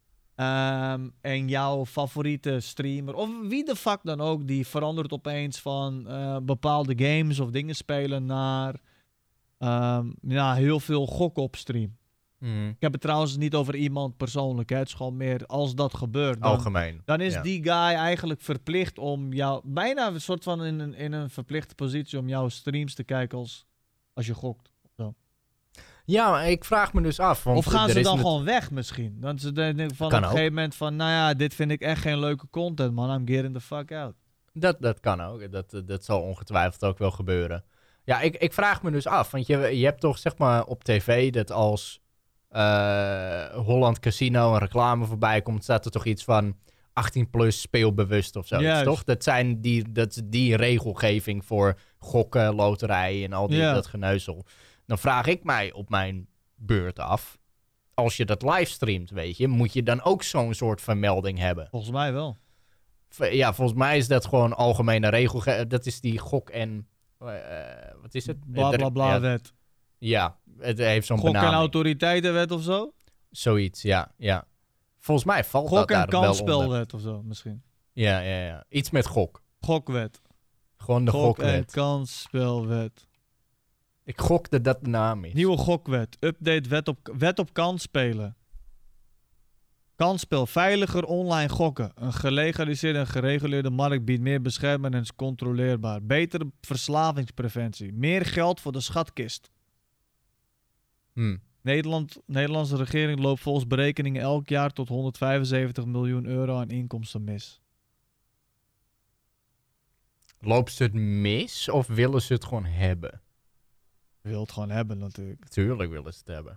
Speaker 2: um, en jouw favoriete streamer of wie de fuck dan ook, die verandert opeens van uh, bepaalde games of dingen spelen naar um, ja, heel veel gokken op stream.
Speaker 1: Mm.
Speaker 2: Ik heb het trouwens niet over iemand persoonlijk, hè. Het is gewoon meer als dat gebeurt. Dan,
Speaker 1: Algemeen.
Speaker 2: Dan is
Speaker 1: ja.
Speaker 2: die guy eigenlijk verplicht om jou, bijna een soort van in een, in een verplichte positie om jouw streams te kijken als, als je gokt. Zo.
Speaker 1: Ja, maar ik vraag me dus af. Want
Speaker 2: of gaan ze dan
Speaker 1: net...
Speaker 2: gewoon weg misschien? Dan ze denken van kan op een gegeven moment van, nou ja, dit vind ik echt geen leuke content, man. I'm getting the fuck out.
Speaker 1: Dat, dat kan ook. Dat, dat zal ongetwijfeld ook wel gebeuren. Ja, ik, ik vraag me dus af. Want je, je hebt toch zeg maar op tv dat als uh, Holland Casino een reclame voorbij komt, staat er toch iets van achttien plus speelbewust of zo.
Speaker 2: Juist.
Speaker 1: Toch? Dat zijn die, dat, die regelgeving voor gokken, loterij en al die,
Speaker 2: ja.
Speaker 1: dat geneuzel. Dan vraag ik mij op mijn beurt af, als je dat livestreamt, weet je, moet je dan ook zo'n soort vermelding hebben?
Speaker 2: Volgens mij wel.
Speaker 1: Ja, volgens mij is dat gewoon algemene regel. Dat is die gok en... Uh, wat is het?
Speaker 2: Bla bla bla
Speaker 1: ja,
Speaker 2: wet.
Speaker 1: Ja, het heeft zo'n
Speaker 2: gok
Speaker 1: benaming.
Speaker 2: en autoriteitenwet of zo?
Speaker 1: Zoiets, ja. ja. Volgens mij valt dat
Speaker 2: Gok- en
Speaker 1: daar wel onder.
Speaker 2: kansspelwet of zo, misschien.
Speaker 1: Ja, ja, ja. Iets met gok.
Speaker 2: Gokwet.
Speaker 1: Gewoon de
Speaker 2: Gok- en
Speaker 1: gokwet.
Speaker 2: kansspelwet.
Speaker 1: Ik gok dat dat de naam is.
Speaker 2: Nieuwe gokwet. Update wet op, wet op kansspelen. Kansspel. Veiliger online gokken. Een gelegaliseerde en gereguleerde markt biedt meer bescherming en is controleerbaar. Betere verslavingspreventie. Meer geld voor de schatkist.
Speaker 1: Hm.
Speaker 2: Nederland, Nederlandse regering loopt volgens berekeningen elk jaar tot honderdvijfenzeventig miljoen euro aan inkomsten mis.
Speaker 1: Loopt ze het mis of willen ze het gewoon hebben?
Speaker 2: Je wilt het gewoon hebben natuurlijk.
Speaker 1: Tuurlijk willen ze het hebben.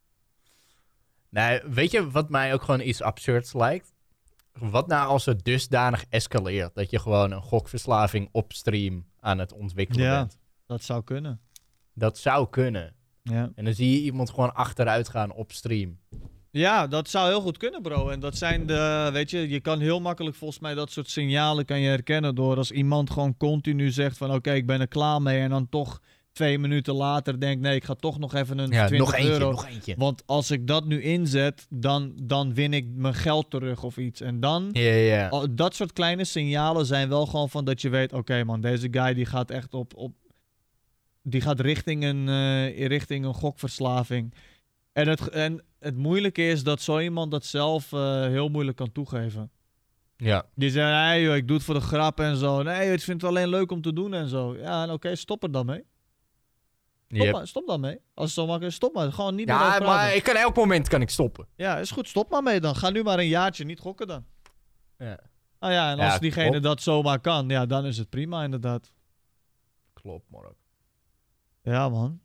Speaker 1: Nee, weet je wat mij ook gewoon iets absurds lijkt? Wat nou als het dusdanig escaleert dat je gewoon een gokverslaving op stream aan het ontwikkelen
Speaker 2: Ja.
Speaker 1: bent?
Speaker 2: Dat zou kunnen.
Speaker 1: Dat zou kunnen.
Speaker 2: Ja.
Speaker 1: En dan zie je iemand gewoon achteruit gaan op stream.
Speaker 2: Ja, dat zou heel goed kunnen, bro. En dat zijn de, weet je, je kan heel makkelijk volgens mij dat soort signalen kan je herkennen door als iemand gewoon continu zegt van oké, ik ben er klaar mee en dan toch twee minuten later denkt nee, ik ga toch nog even een
Speaker 1: Ja,
Speaker 2: twintig
Speaker 1: nog eentje,
Speaker 2: euro.
Speaker 1: nog eentje.
Speaker 2: Want als ik dat nu inzet, dan, dan win ik mijn geld terug of iets. En dan,
Speaker 1: Ja, ja, ja.
Speaker 2: oh, dat soort kleine signalen zijn wel gewoon van dat je weet, oké man, deze guy die gaat echt op, op die gaat richting een, eh, richting een gokverslaving. En het, en het moeilijke is dat zo iemand dat zelf eh, heel moeilijk kan toegeven.
Speaker 1: Ja.
Speaker 2: Die zegt, nee joh, ik doe het voor de grap en zo. Nee joh, ik vind het alleen leuk om te doen en zo. Ja, en oké, stop er dan mee. Stop,
Speaker 1: Yep.
Speaker 2: maar, stop dan mee. Als het zo makkelijk is, stop maar. Gewoon niet meer over
Speaker 1: Ja,
Speaker 2: praten.
Speaker 1: maar ik kan elk moment kan ik stoppen.
Speaker 2: Ja, is goed, stop maar mee dan. Ga nu maar een jaartje niet gokken dan.
Speaker 1: Ja.
Speaker 2: Nou ja, en als
Speaker 1: Ja,
Speaker 2: diegene
Speaker 1: klopt.
Speaker 2: dat zomaar kan, ja, dan is het prima inderdaad.
Speaker 1: Klopt, Mark.
Speaker 2: Ja man.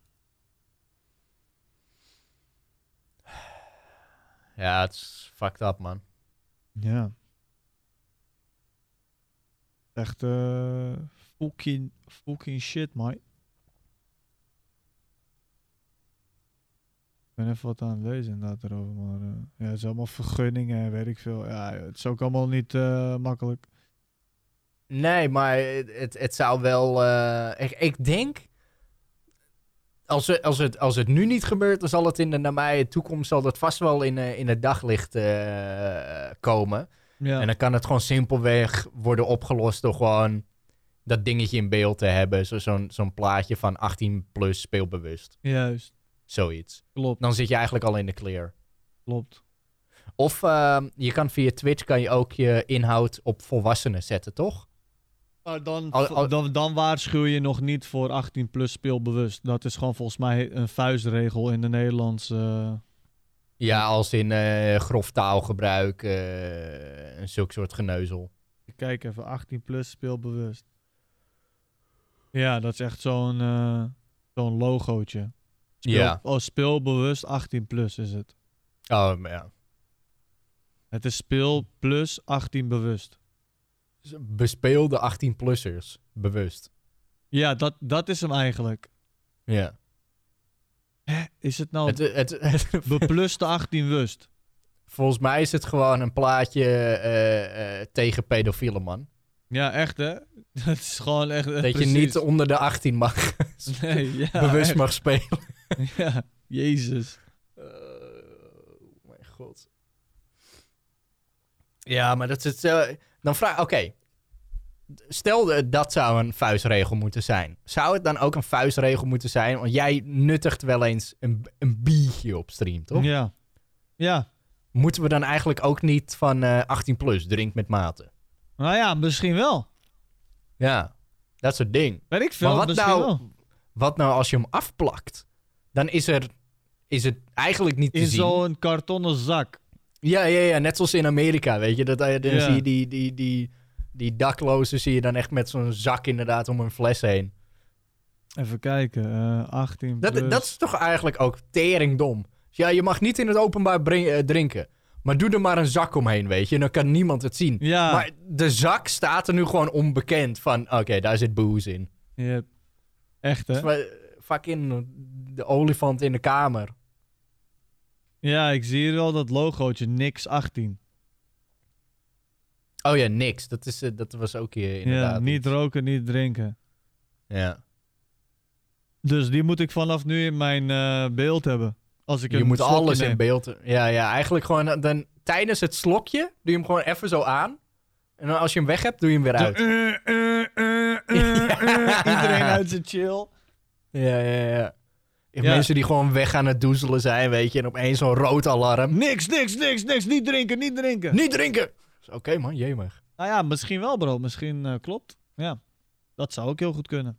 Speaker 1: Ja, het is fucked up, man.
Speaker 2: Ja. Echt eh fucking, fucking shit, man. Ik ben even wat aan het lezen inderdaad erover, maar eh, ja, het is allemaal vergunningen en weet ik veel. Ja, het is ook allemaal niet eh, makkelijk.
Speaker 1: Nee, maar het, het, het zou wel... eh, ik, ik denk... Als het, als, het, als het nu niet gebeurt, dan zal het in de nabije toekomst... zal dat vast wel in, eh, in het daglicht eh, komen.
Speaker 2: Ja,
Speaker 1: En dan kan het gewoon simpelweg worden opgelost... door gewoon dat dingetje in beeld te hebben. Zo, zo'n, zo'n plaatje van achttien plus speelbewust.
Speaker 2: juist.
Speaker 1: Zoiets.
Speaker 2: Klopt,
Speaker 1: Dan zit je eigenlijk al in de clear.
Speaker 2: klopt.
Speaker 1: Of uh, je kan via Twitch kan je ook je inhoud op volwassenen zetten, toch?
Speaker 2: Maar dan,
Speaker 1: Al- al-
Speaker 2: dan, dan waarschuw je nog niet voor achttien plus speelbewust. Dat is gewoon volgens mij een vuistregel in de Nederlandse...
Speaker 1: Ja, als in uh, grof taalgebruik uh, en zulk soort geneuzel.
Speaker 2: Kijk even, achttien plus speelbewust. Ja, dat is echt zo'n uh, zo'n logootje. Speel,
Speaker 1: Ja.
Speaker 2: Oh, speelbewust achttien plus is het.
Speaker 1: Oh, maar ja.
Speaker 2: Het is speel plus achttien bewust.
Speaker 1: Bespeelde achttien-plussers, bewust.
Speaker 2: Ja, dat, dat is hem eigenlijk.
Speaker 1: Ja.
Speaker 2: Hè? Is het nou
Speaker 1: Het, het, het-
Speaker 2: bepluste achttien wust?
Speaker 1: volgens mij is het gewoon een plaatje uh, uh, tegen pedofiele man.
Speaker 2: Ja, echt hè? Dat is gewoon echt...
Speaker 1: Dat
Speaker 2: precies.
Speaker 1: je niet onder de achttien mag.
Speaker 2: Nee, ja,
Speaker 1: bewust
Speaker 2: echt.
Speaker 1: mag spelen.
Speaker 2: Ja, jezus.
Speaker 1: Oh mijn god. Ja, maar dat is het. Uh, dan vraag. Oké. Okay. Stel uh, dat zou een vuistregel moeten zijn. Zou het dan ook een vuistregel moeten zijn? Want jij nuttigt wel eens een, een biertje op stream, toch?
Speaker 2: Ja. Ja.
Speaker 1: Moeten we dan eigenlijk ook niet van uh, achttien plus drink met mate?
Speaker 2: Nou ja, misschien wel.
Speaker 1: Ja, dat soort ding.
Speaker 2: Weet ik veel,
Speaker 1: Maar wat
Speaker 2: misschien
Speaker 1: nou,
Speaker 2: wel.
Speaker 1: wat nou als je hem afplakt? Dan is, er, is het eigenlijk niet te
Speaker 2: In
Speaker 1: zien.
Speaker 2: zo'n kartonnen zak.
Speaker 1: Ja, ja, ja, net zoals in Amerika, weet je. Dat, dan
Speaker 2: Ja.
Speaker 1: zie je die, die, die, die daklozen zie je dan echt met zo'n zak inderdaad om een fles heen.
Speaker 2: Even kijken, uh, achttien plus.
Speaker 1: Dat, dat is toch eigenlijk ook teringdom. Ja, je mag niet in het openbaar bre- uh, drinken. Maar doe er maar een zak omheen, weet je. Dan kan niemand het zien.
Speaker 2: Ja.
Speaker 1: Maar de zak staat er nu gewoon onbekend van... Oké, okay, daar zit booze in.
Speaker 2: Yep. Echt, hè?
Speaker 1: Dus, uh, fucking de olifant in de kamer.
Speaker 2: Ja, ik zie hier wel dat logootje, niks achttien.
Speaker 1: Oh ja, niks. Dat, is, uh, dat was ook hier inderdaad
Speaker 2: Ja, niet
Speaker 1: iets.
Speaker 2: roken, niet drinken.
Speaker 1: Ja.
Speaker 2: Dus die moet ik vanaf nu in mijn uh, beeld hebben. Als ik
Speaker 1: Je
Speaker 2: een
Speaker 1: moet
Speaker 2: slokje
Speaker 1: alles
Speaker 2: neem.
Speaker 1: in beeld... Ja, ja, eigenlijk gewoon... Dan, tijdens het slokje doe je hem gewoon even zo aan. En dan als je hem weg hebt, doe je hem weer
Speaker 2: Zo,
Speaker 1: uit.
Speaker 2: eh, eh, eh, eh, eh. Iedereen uit zijn chill.
Speaker 1: Ja, ja, ja.
Speaker 2: Ja.
Speaker 1: Mensen die gewoon weg aan het doezelen zijn, weet je. En opeens zo'n rood alarm.
Speaker 2: Niks, niks, niks, niks. Niet drinken, niet drinken.
Speaker 1: Niet drinken! Oké okay, man, jemig.
Speaker 2: Nou ja, misschien wel bro. Misschien uh, klopt. Ja, dat zou ook heel goed kunnen.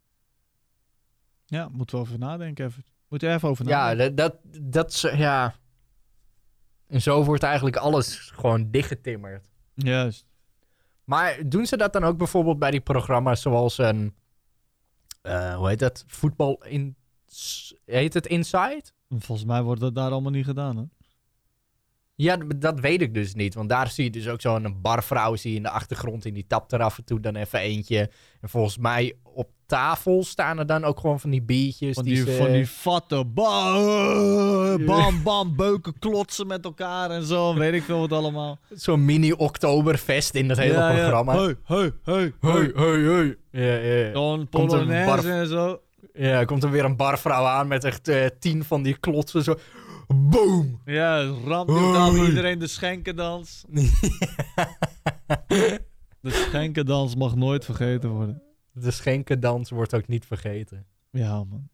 Speaker 2: Ja, moeten we over nadenken even. Moeten we even over
Speaker 1: Ja,
Speaker 2: nadenken.
Speaker 1: dat, dat, dat is... Ja. En zo wordt eigenlijk alles gewoon dichtgetimmerd.
Speaker 2: Juist.
Speaker 1: Maar doen ze dat dan ook bijvoorbeeld bij die programma's zoals een... Uh, hoe heet dat? Voetbal in... Heet het Inside?
Speaker 2: Volgens mij wordt dat daar allemaal niet gedaan, hè?
Speaker 1: Ja, d- dat weet ik dus niet. Want daar zie je dus ook zo'n barvrouw zie je in de achtergrond. En die tapt er af en toe dan even eentje. En volgens mij op tafel staan er dan ook gewoon van die biertjes.
Speaker 2: Van
Speaker 1: die,
Speaker 2: die,
Speaker 1: ze...
Speaker 2: van die vatte ba bam, bam, beuken klotsen met elkaar en zo. Weet ik veel wat allemaal.
Speaker 1: Zo'n mini-Oktoberfest in dat hele
Speaker 2: Ja, ja.
Speaker 1: programma.
Speaker 2: Hey, hey, hey,
Speaker 1: Hey, hey, hey. Ja, ja, ja.
Speaker 2: Zo'n
Speaker 1: Komt een
Speaker 2: polonaise
Speaker 1: bar-
Speaker 2: en zo.
Speaker 1: Ja, komt er weer een barvrouw aan met echt eh, tien van die klotsen. Zo. Boom!
Speaker 2: Ja, ramt hey. Iedereen de schenkendans. De schenkendans mag nooit vergeten worden.
Speaker 1: De schenkendans wordt ook niet vergeten.
Speaker 2: Ja, man.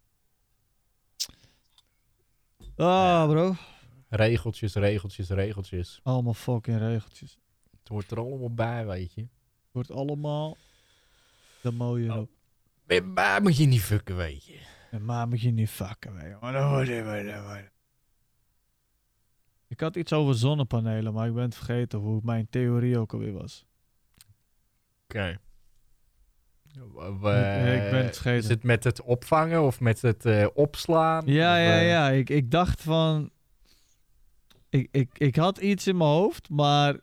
Speaker 2: Ah, bro.
Speaker 1: Regeltjes, regeltjes, regeltjes.
Speaker 2: Allemaal fucking regeltjes.
Speaker 1: Het hoort er allemaal bij, weet je.
Speaker 2: Wordt allemaal de mooie.
Speaker 1: Oh. Maar moet je niet fucken, weet je.
Speaker 2: En maar moet je niet fucken, weet je. Maar dan hoor je, hoor je, hoor je. Ik had iets over zonnepanelen, maar ik ben het vergeten hoe mijn theorie ook alweer was.
Speaker 1: Oké.
Speaker 2: Okay. Ik, ik ben het vergeten.
Speaker 1: Is het met het opvangen of met het uh, opslaan?
Speaker 2: Ja,
Speaker 1: of,
Speaker 2: ja,
Speaker 1: uh...
Speaker 2: ja. Ik, ik dacht van... Ik, ik, ik had iets in mijn hoofd, maar...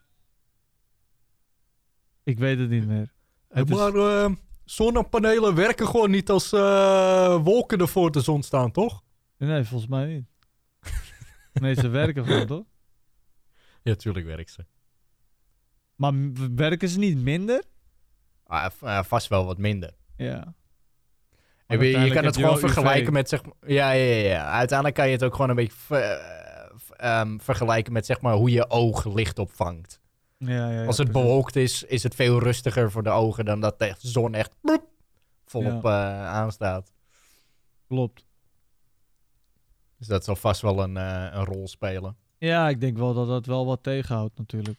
Speaker 2: Ik weet het niet meer. Het
Speaker 1: maar
Speaker 2: is...
Speaker 1: uh, zonnepanelen werken gewoon niet als uh, wolken er voor de zon staan, toch?
Speaker 2: Nee, volgens mij niet. Nee, ze werken gewoon, toch?
Speaker 1: Ja, tuurlijk werken ze.
Speaker 2: Maar m- werken ze niet minder?
Speaker 1: Ah, v- uh, vast wel wat minder.
Speaker 2: Ja.
Speaker 1: Je, je kan het gewoon vergelijken
Speaker 2: U V.
Speaker 1: met, zeg maar... Ja, ja, ja, ja. Uiteindelijk kan je het ook gewoon een beetje ver, uh, um, vergelijken met, zeg maar, hoe je oog licht opvangt.
Speaker 2: Ja, ja, ja,
Speaker 1: Als het
Speaker 2: precies.
Speaker 1: bewolkt is, is het veel rustiger voor de ogen dan dat de zon echt bloep, volop
Speaker 2: Ja.
Speaker 1: uh, aanstaat.
Speaker 2: Klopt.
Speaker 1: Dus dat zal vast wel een, uh, een rol spelen.
Speaker 2: Ja, ik denk wel dat dat wel wat tegenhoudt natuurlijk.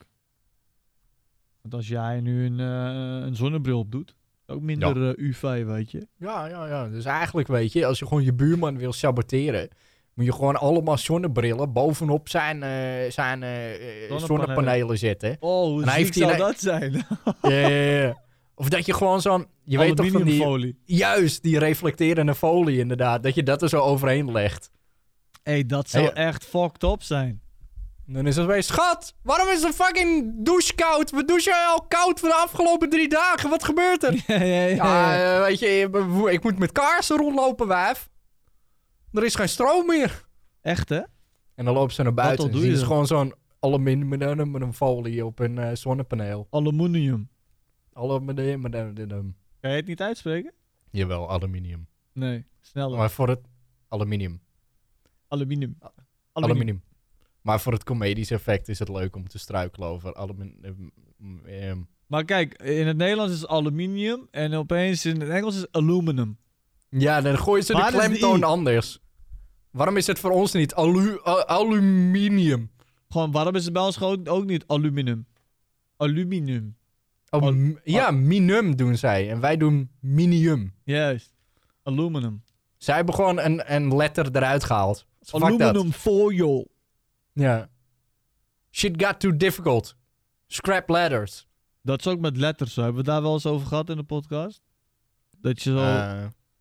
Speaker 2: Want als jij nu een, uh, een zonnebril op doet, ook minder
Speaker 1: Ja.
Speaker 2: uh, U V, weet je.
Speaker 1: Ja, ja, ja. Dus eigenlijk weet je, als je gewoon je buurman wil saboteren, moet je gewoon allemaal zonnebrillen bovenop zijn, uh, zijn uh, zonnepanelen. zonnepanelen zetten.
Speaker 2: Oh, hoe
Speaker 1: En hij
Speaker 2: ziek
Speaker 1: heeft
Speaker 2: zou
Speaker 1: die-
Speaker 2: dat zijn?
Speaker 1: Ja, ja, ja. Of dat je gewoon zo'n... Je weet toch van die...
Speaker 2: Aluminiumfolie.
Speaker 1: Juist, die reflecterende folie inderdaad. Dat je dat er zo overheen legt.
Speaker 2: Hé, hey, dat zou
Speaker 1: Hey,
Speaker 2: echt fucked up zijn.
Speaker 1: En dan is het weer... Schat, waarom is de fucking douche koud? We douchen al koud voor de afgelopen drie dagen. Wat gebeurt er?
Speaker 2: ja, ja, ja.
Speaker 1: Ja, uh, weet je, ik moet met kaarsen rondlopen, wijf. Er is geen stroom meer.
Speaker 2: Echt, hè?
Speaker 1: En dan lopen ze naar buiten.
Speaker 2: al
Speaker 1: En
Speaker 2: doe
Speaker 1: zien
Speaker 2: je
Speaker 1: ze
Speaker 2: dan?
Speaker 1: gewoon zo'n aluminiumfolie op een uh, zonnepaneel.
Speaker 2: Aluminium.
Speaker 1: Aluminium.
Speaker 2: Kan je het niet uitspreken?
Speaker 1: Jawel, aluminium.
Speaker 2: Nee, sneller.
Speaker 1: Maar voor het... Aluminium.
Speaker 2: Aluminium.
Speaker 1: Aluminium. Maar voor het comedisch effect is het leuk om te struikelen over aluminium. Um,
Speaker 2: Maar kijk, in het Nederlands is het aluminium en opeens in het Engels is het aluminum.
Speaker 1: ja, dan gooien ze de
Speaker 2: Waar is de
Speaker 1: klemtoon
Speaker 2: i?
Speaker 1: anders. Waarom is het voor ons niet alu a- aluminium?
Speaker 2: Gewoon, waarom is het bij ons gewoon ook niet aluminium? Aluminium.
Speaker 1: Oh,
Speaker 2: Al-
Speaker 1: m- ja, minum doen zij. En wij doen minium.
Speaker 2: Juist. Aluminum.
Speaker 1: Zij hebben gewoon een, een letter eruit gehaald. Fuck dat.
Speaker 2: Aluminum foil.
Speaker 1: Ja. Shit got too difficult. Scrap letters.
Speaker 2: Dat is ook met letters zo. Hebben we daar wel eens over gehad in de podcast? Dat je zo...
Speaker 1: Uh,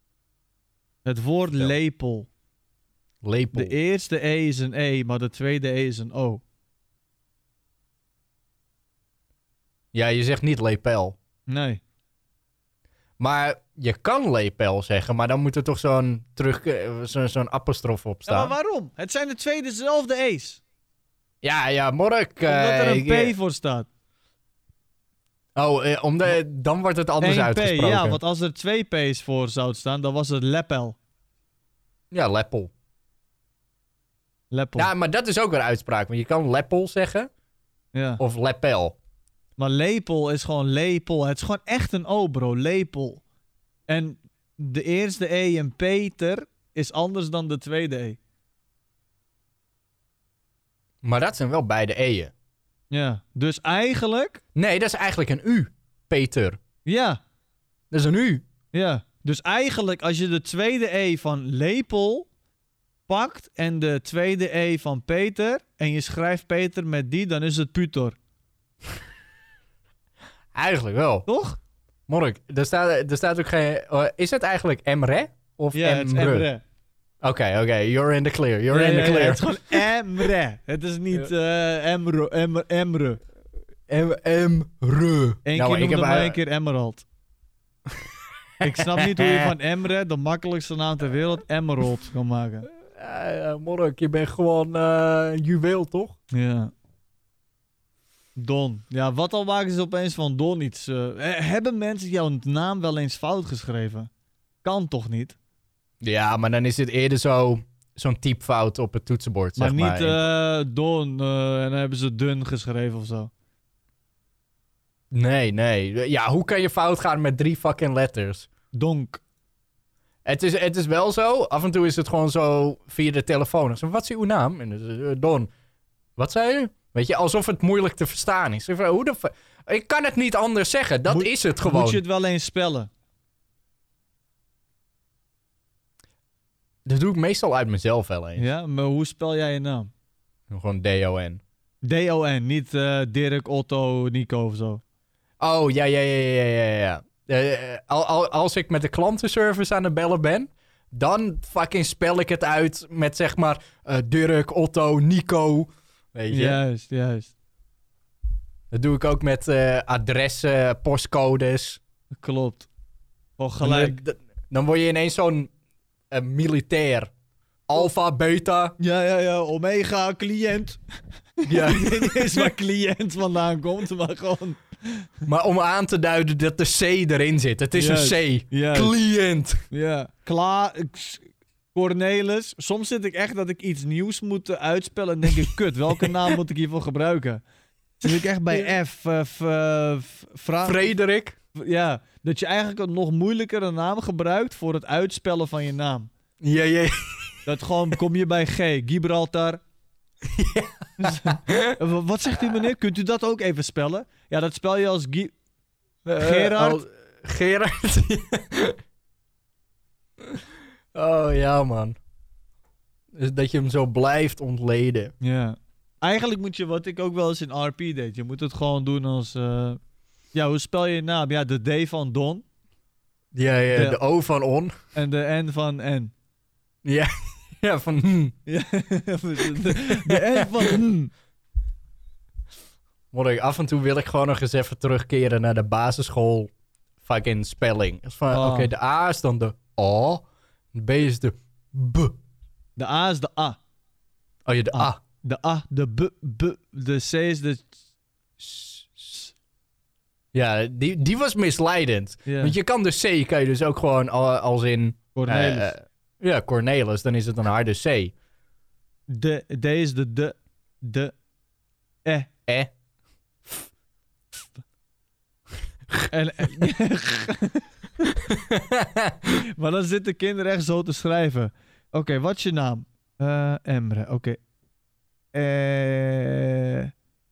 Speaker 2: het woord
Speaker 1: vertel.
Speaker 2: lepel.
Speaker 1: lepel.
Speaker 2: De eerste E is een E, maar de tweede E is een O.
Speaker 1: Ja, je zegt niet lepel.
Speaker 2: Nee.
Speaker 1: Maar je kan lepel zeggen, maar dan moet er toch zo'n terug, eh, zo, zo'n apostrof op
Speaker 2: Ja,
Speaker 1: staan.
Speaker 2: maar waarom? Het zijn de twee dezelfde E's.
Speaker 1: Ja, ja, Mork.
Speaker 2: Omdat
Speaker 1: eh,
Speaker 2: er een
Speaker 1: ik, eh,
Speaker 2: P voor staat.
Speaker 1: Oh, eh, om de, dan wordt het anders
Speaker 2: Eén P,
Speaker 1: uitgesproken.
Speaker 2: ja, want als er twee P's voor zouden staan, dan was het lepel.
Speaker 1: Ja, leppel.
Speaker 2: Leppel.
Speaker 1: Ja, maar dat is ook een uitspraak. Want je kan lepel zeggen
Speaker 2: Ja.
Speaker 1: of lepel.
Speaker 2: Maar lepel is gewoon lepel. Het is gewoon echt een O, bro. Lepel. En de eerste E in Peter is anders dan de tweede E.
Speaker 1: Maar dat zijn wel beide E'en.
Speaker 2: Ja. Dus eigenlijk...
Speaker 1: Nee, dat is eigenlijk een U. Peter.
Speaker 2: Ja.
Speaker 1: Dat is een U.
Speaker 2: Ja. Dus eigenlijk als je de tweede E van lepel pakt en de tweede E van Peter en je schrijft Peter met die, dan is het Putor.
Speaker 1: Eigenlijk wel.
Speaker 2: Toch?
Speaker 1: Mork, er staat, er staat ook geen... uh, is het eigenlijk Emre? Of
Speaker 2: Ja, het is
Speaker 1: Emre?
Speaker 2: Emre.
Speaker 1: Oké, oké. You're in the clear. You're
Speaker 2: Ja,
Speaker 1: in the
Speaker 2: ja, ja,
Speaker 1: clear.
Speaker 2: het is gewoon Emre. Het is niet eh Emre. Emre. Emre.
Speaker 1: Em, Emre.
Speaker 2: Eén
Speaker 1: Nou,
Speaker 2: keer
Speaker 1: ik
Speaker 2: noemde
Speaker 1: heb...
Speaker 2: mij
Speaker 1: uh,
Speaker 2: een keer Emerald. Ik snap niet hoe je van Emre, de makkelijkste naam ter wereld, Emerald kan maken.
Speaker 1: uh, uh, Mork, je bent gewoon uh, een juweel, toch?
Speaker 2: Ja. Don. Ja, wat al maken ze opeens van Don iets? Uh, hebben mensen jouw naam wel eens fout geschreven? Kan toch niet?
Speaker 1: Ja, maar dan is het eerder zo... Zo'n typfout op het toetsenbord,
Speaker 2: Maar
Speaker 1: zeg maar.
Speaker 2: niet uh, Don uh, en dan hebben ze dun geschreven of zo.
Speaker 1: Nee, nee. Ja, hoe kan je fout gaan met drie fucking letters?
Speaker 2: Donk.
Speaker 1: Het is, het is wel zo. Af en toe is het gewoon zo via de telefoon. Ik zeg, wat is uw naam? En dan is het, uh, Don. Wat zei u? Weet je, alsof het moeilijk te verstaan is. Ik, zeg, hoe de fu- ik kan het niet anders zeggen. Dat
Speaker 2: Moet-
Speaker 1: is het gewoon.
Speaker 2: Moet je het wel eens spellen?
Speaker 1: Dat doe ik meestal uit mezelf wel eens.
Speaker 2: Ja, maar hoe spel jij je naam?
Speaker 1: Gewoon D O N.
Speaker 2: D O N, niet uh, Dirk, Otto, Nico of zo.
Speaker 1: Oh, ja, ja, ja, ja, ja, ja. Uh, al, al, als ik met de klantenservice aan het bellen ben... dan fucking spel ik het uit met zeg maar... Uh, Dirk, Otto, Nico. Weet je?
Speaker 2: Juist, juist.
Speaker 1: Dat doe ik ook met uh, adressen, postcodes.
Speaker 2: Klopt. Gewoon gelijk.
Speaker 1: Dan, dan word je ineens zo'n uh, militair. Alpha, beta.
Speaker 2: Ja, ja, ja. Omega, cliënt.
Speaker 1: Ja.
Speaker 2: Ik weet niet eens waar cliënt vandaan komt, maar gewoon...
Speaker 1: Maar om aan te duiden dat de C erin zit. Het is
Speaker 2: Juist,
Speaker 1: een C.
Speaker 2: juist.
Speaker 1: Cliënt.
Speaker 2: Ja. Klaar. Cornelis. Soms zit ik echt dat ik iets nieuws moet uh, uitspellen en denk ik, kut, welke naam moet ik hiervoor gebruiken? Zit ik echt bij F. Uh, f, uh, f vraag...
Speaker 1: Frederik.
Speaker 2: Ja, dat je eigenlijk een nog moeilijkere naam gebruikt voor het uitspellen van je naam.
Speaker 1: Ja, ja.
Speaker 2: Dat gewoon, kom je bij G, Gibraltar. Ja. Wat zegt u meneer? Kunt u dat ook even spellen? Ja, dat spel je als Gi-
Speaker 1: Uh,
Speaker 2: Gerard.
Speaker 1: al- Gerard. Oh ja, man. Dus dat je hem zo blijft ontleden.
Speaker 2: Ja. Eigenlijk moet je, wat ik ook wel eens in R P deed, je moet het gewoon doen als... Uh... Ja, hoe spel je je naam? Ja, de D van Don.
Speaker 1: Ja, ja,
Speaker 2: De-
Speaker 1: de O van on.
Speaker 2: En de N van N.
Speaker 1: Ja, ja van hm.
Speaker 2: Ja, de, de N van N.
Speaker 1: Moet ik, af en toe wil ik gewoon nog eens even terugkeren naar de basisschool fucking spelling. Dus van,
Speaker 2: Oh.
Speaker 1: Oké, de A is dan de O. De B is de B.
Speaker 2: De A is de A.
Speaker 1: Oh ja, de
Speaker 2: Ah.
Speaker 1: A.
Speaker 2: De A, de B, B. De C is de...
Speaker 1: S- s- Ja, die, die was misleidend.
Speaker 2: Ja.
Speaker 1: Want je kan de C, kan je dus ook gewoon al- als in...
Speaker 2: Cornelis.
Speaker 1: eh, eh, ja, Cornelis, dan is het een harde C.
Speaker 2: De, D is de de, de, E.
Speaker 1: Eh.
Speaker 2: En, en- maar dan zitten kinderen echt zo te schrijven. Oké, wat is je naam? Eh Emre, oké. Eh...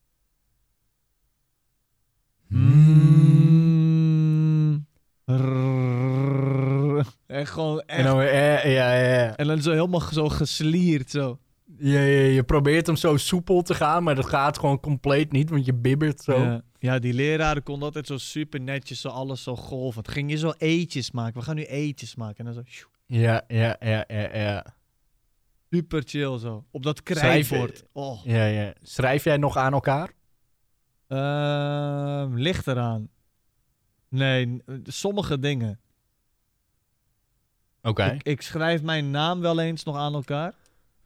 Speaker 2: Mm, rrrr. Echt gewoon echt.
Speaker 1: En dan weer, eh, ja, ja, ja.
Speaker 2: En dan zo helemaal zo geslierd zo.
Speaker 1: Ja, ja, je probeert hem zo soepel te gaan, maar dat gaat gewoon compleet niet, want je bibbert zo.
Speaker 2: Ja. Ja, die leraren konden altijd zo super netjes zo alles zo golvend. Ging je zo eetjes maken. We gaan nu eetjes maken. En dan zo sjoe,
Speaker 1: Ja, ja, ja, ja, ja.
Speaker 2: super chill zo. Op dat
Speaker 1: Schrijf-
Speaker 2: krijtbord. Oh.
Speaker 1: Ja, ja. Schrijf jij nog aan elkaar?
Speaker 2: Ehm, ligt eraan. Nee, n- sommige dingen.
Speaker 1: Oké.
Speaker 2: Ik, ik schrijf mijn naam wel eens nog aan elkaar.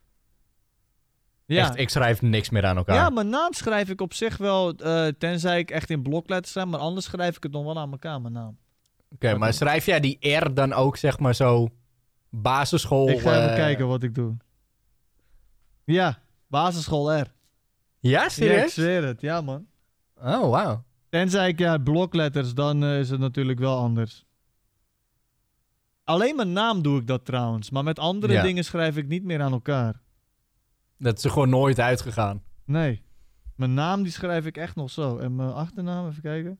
Speaker 2: Ja.
Speaker 1: Echt, ik schrijf niks meer aan elkaar.
Speaker 2: Ja, mijn naam schrijf ik op zich wel, eh, tenzij ik echt in blokletters sta, maar anders schrijf ik het nog wel aan elkaar, mijn naam.
Speaker 1: Oké, maar schrijf jij die R dan ook, zeg maar, zo basisschool...
Speaker 2: ik ga even
Speaker 1: eh,
Speaker 2: kijken wat ik doe. Ja, basisschool R.
Speaker 1: Ja,
Speaker 2: Ja, ik
Speaker 1: serieus?
Speaker 2: zweer het. Ja, man.
Speaker 1: Oh, wauw.
Speaker 2: Tenzij ik ja, blokletters, dan eh, is het natuurlijk wel anders. Alleen mijn naam doe ik dat trouwens. Maar met andere
Speaker 1: Ja.
Speaker 2: dingen schrijf ik niet meer aan elkaar.
Speaker 1: Dat is er gewoon nooit uitgegaan.
Speaker 2: Nee. Mijn naam die schrijf ik echt nog zo. En mijn achternaam, even kijken.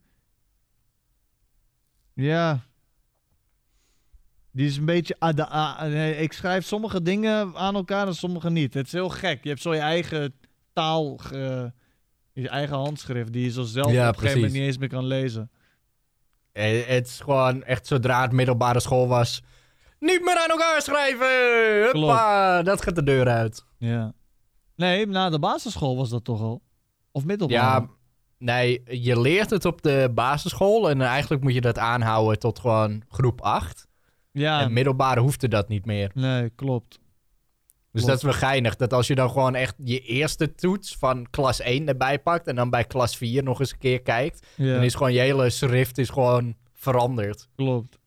Speaker 2: Ja. Die is een beetje... ah, de- ah, nee, ik schrijf sommige dingen aan elkaar en sommige niet. Het is heel gek. Je hebt zo je eigen taal... ge- je eigen handschrift die je zo zelf
Speaker 1: Ja,
Speaker 2: op een gegeven moment
Speaker 1: precies.
Speaker 2: niet eens meer kan lezen.
Speaker 1: Eh, Het is gewoon echt zodra het middelbare school was... Niet meer aan elkaar schrijven! Huppa! Dat gaat de deur uit.
Speaker 2: Ja. Nee, na de basisschool was dat toch al? Of middelbaar?
Speaker 1: Ja, nee, je leert het op de basisschool... en eigenlijk moet je dat aanhouden tot gewoon groep acht.
Speaker 2: ja.
Speaker 1: En middelbare hoefde dat niet meer.
Speaker 2: Nee, klopt.
Speaker 1: Dus
Speaker 2: Klopt.
Speaker 1: dat is wel geinig. Dat als je dan gewoon echt je eerste toets van klas één erbij pakt... en dan bij klas vier nog eens een keer kijkt...
Speaker 2: Ja,
Speaker 1: dan is gewoon je hele schrift is gewoon veranderd.
Speaker 2: klopt.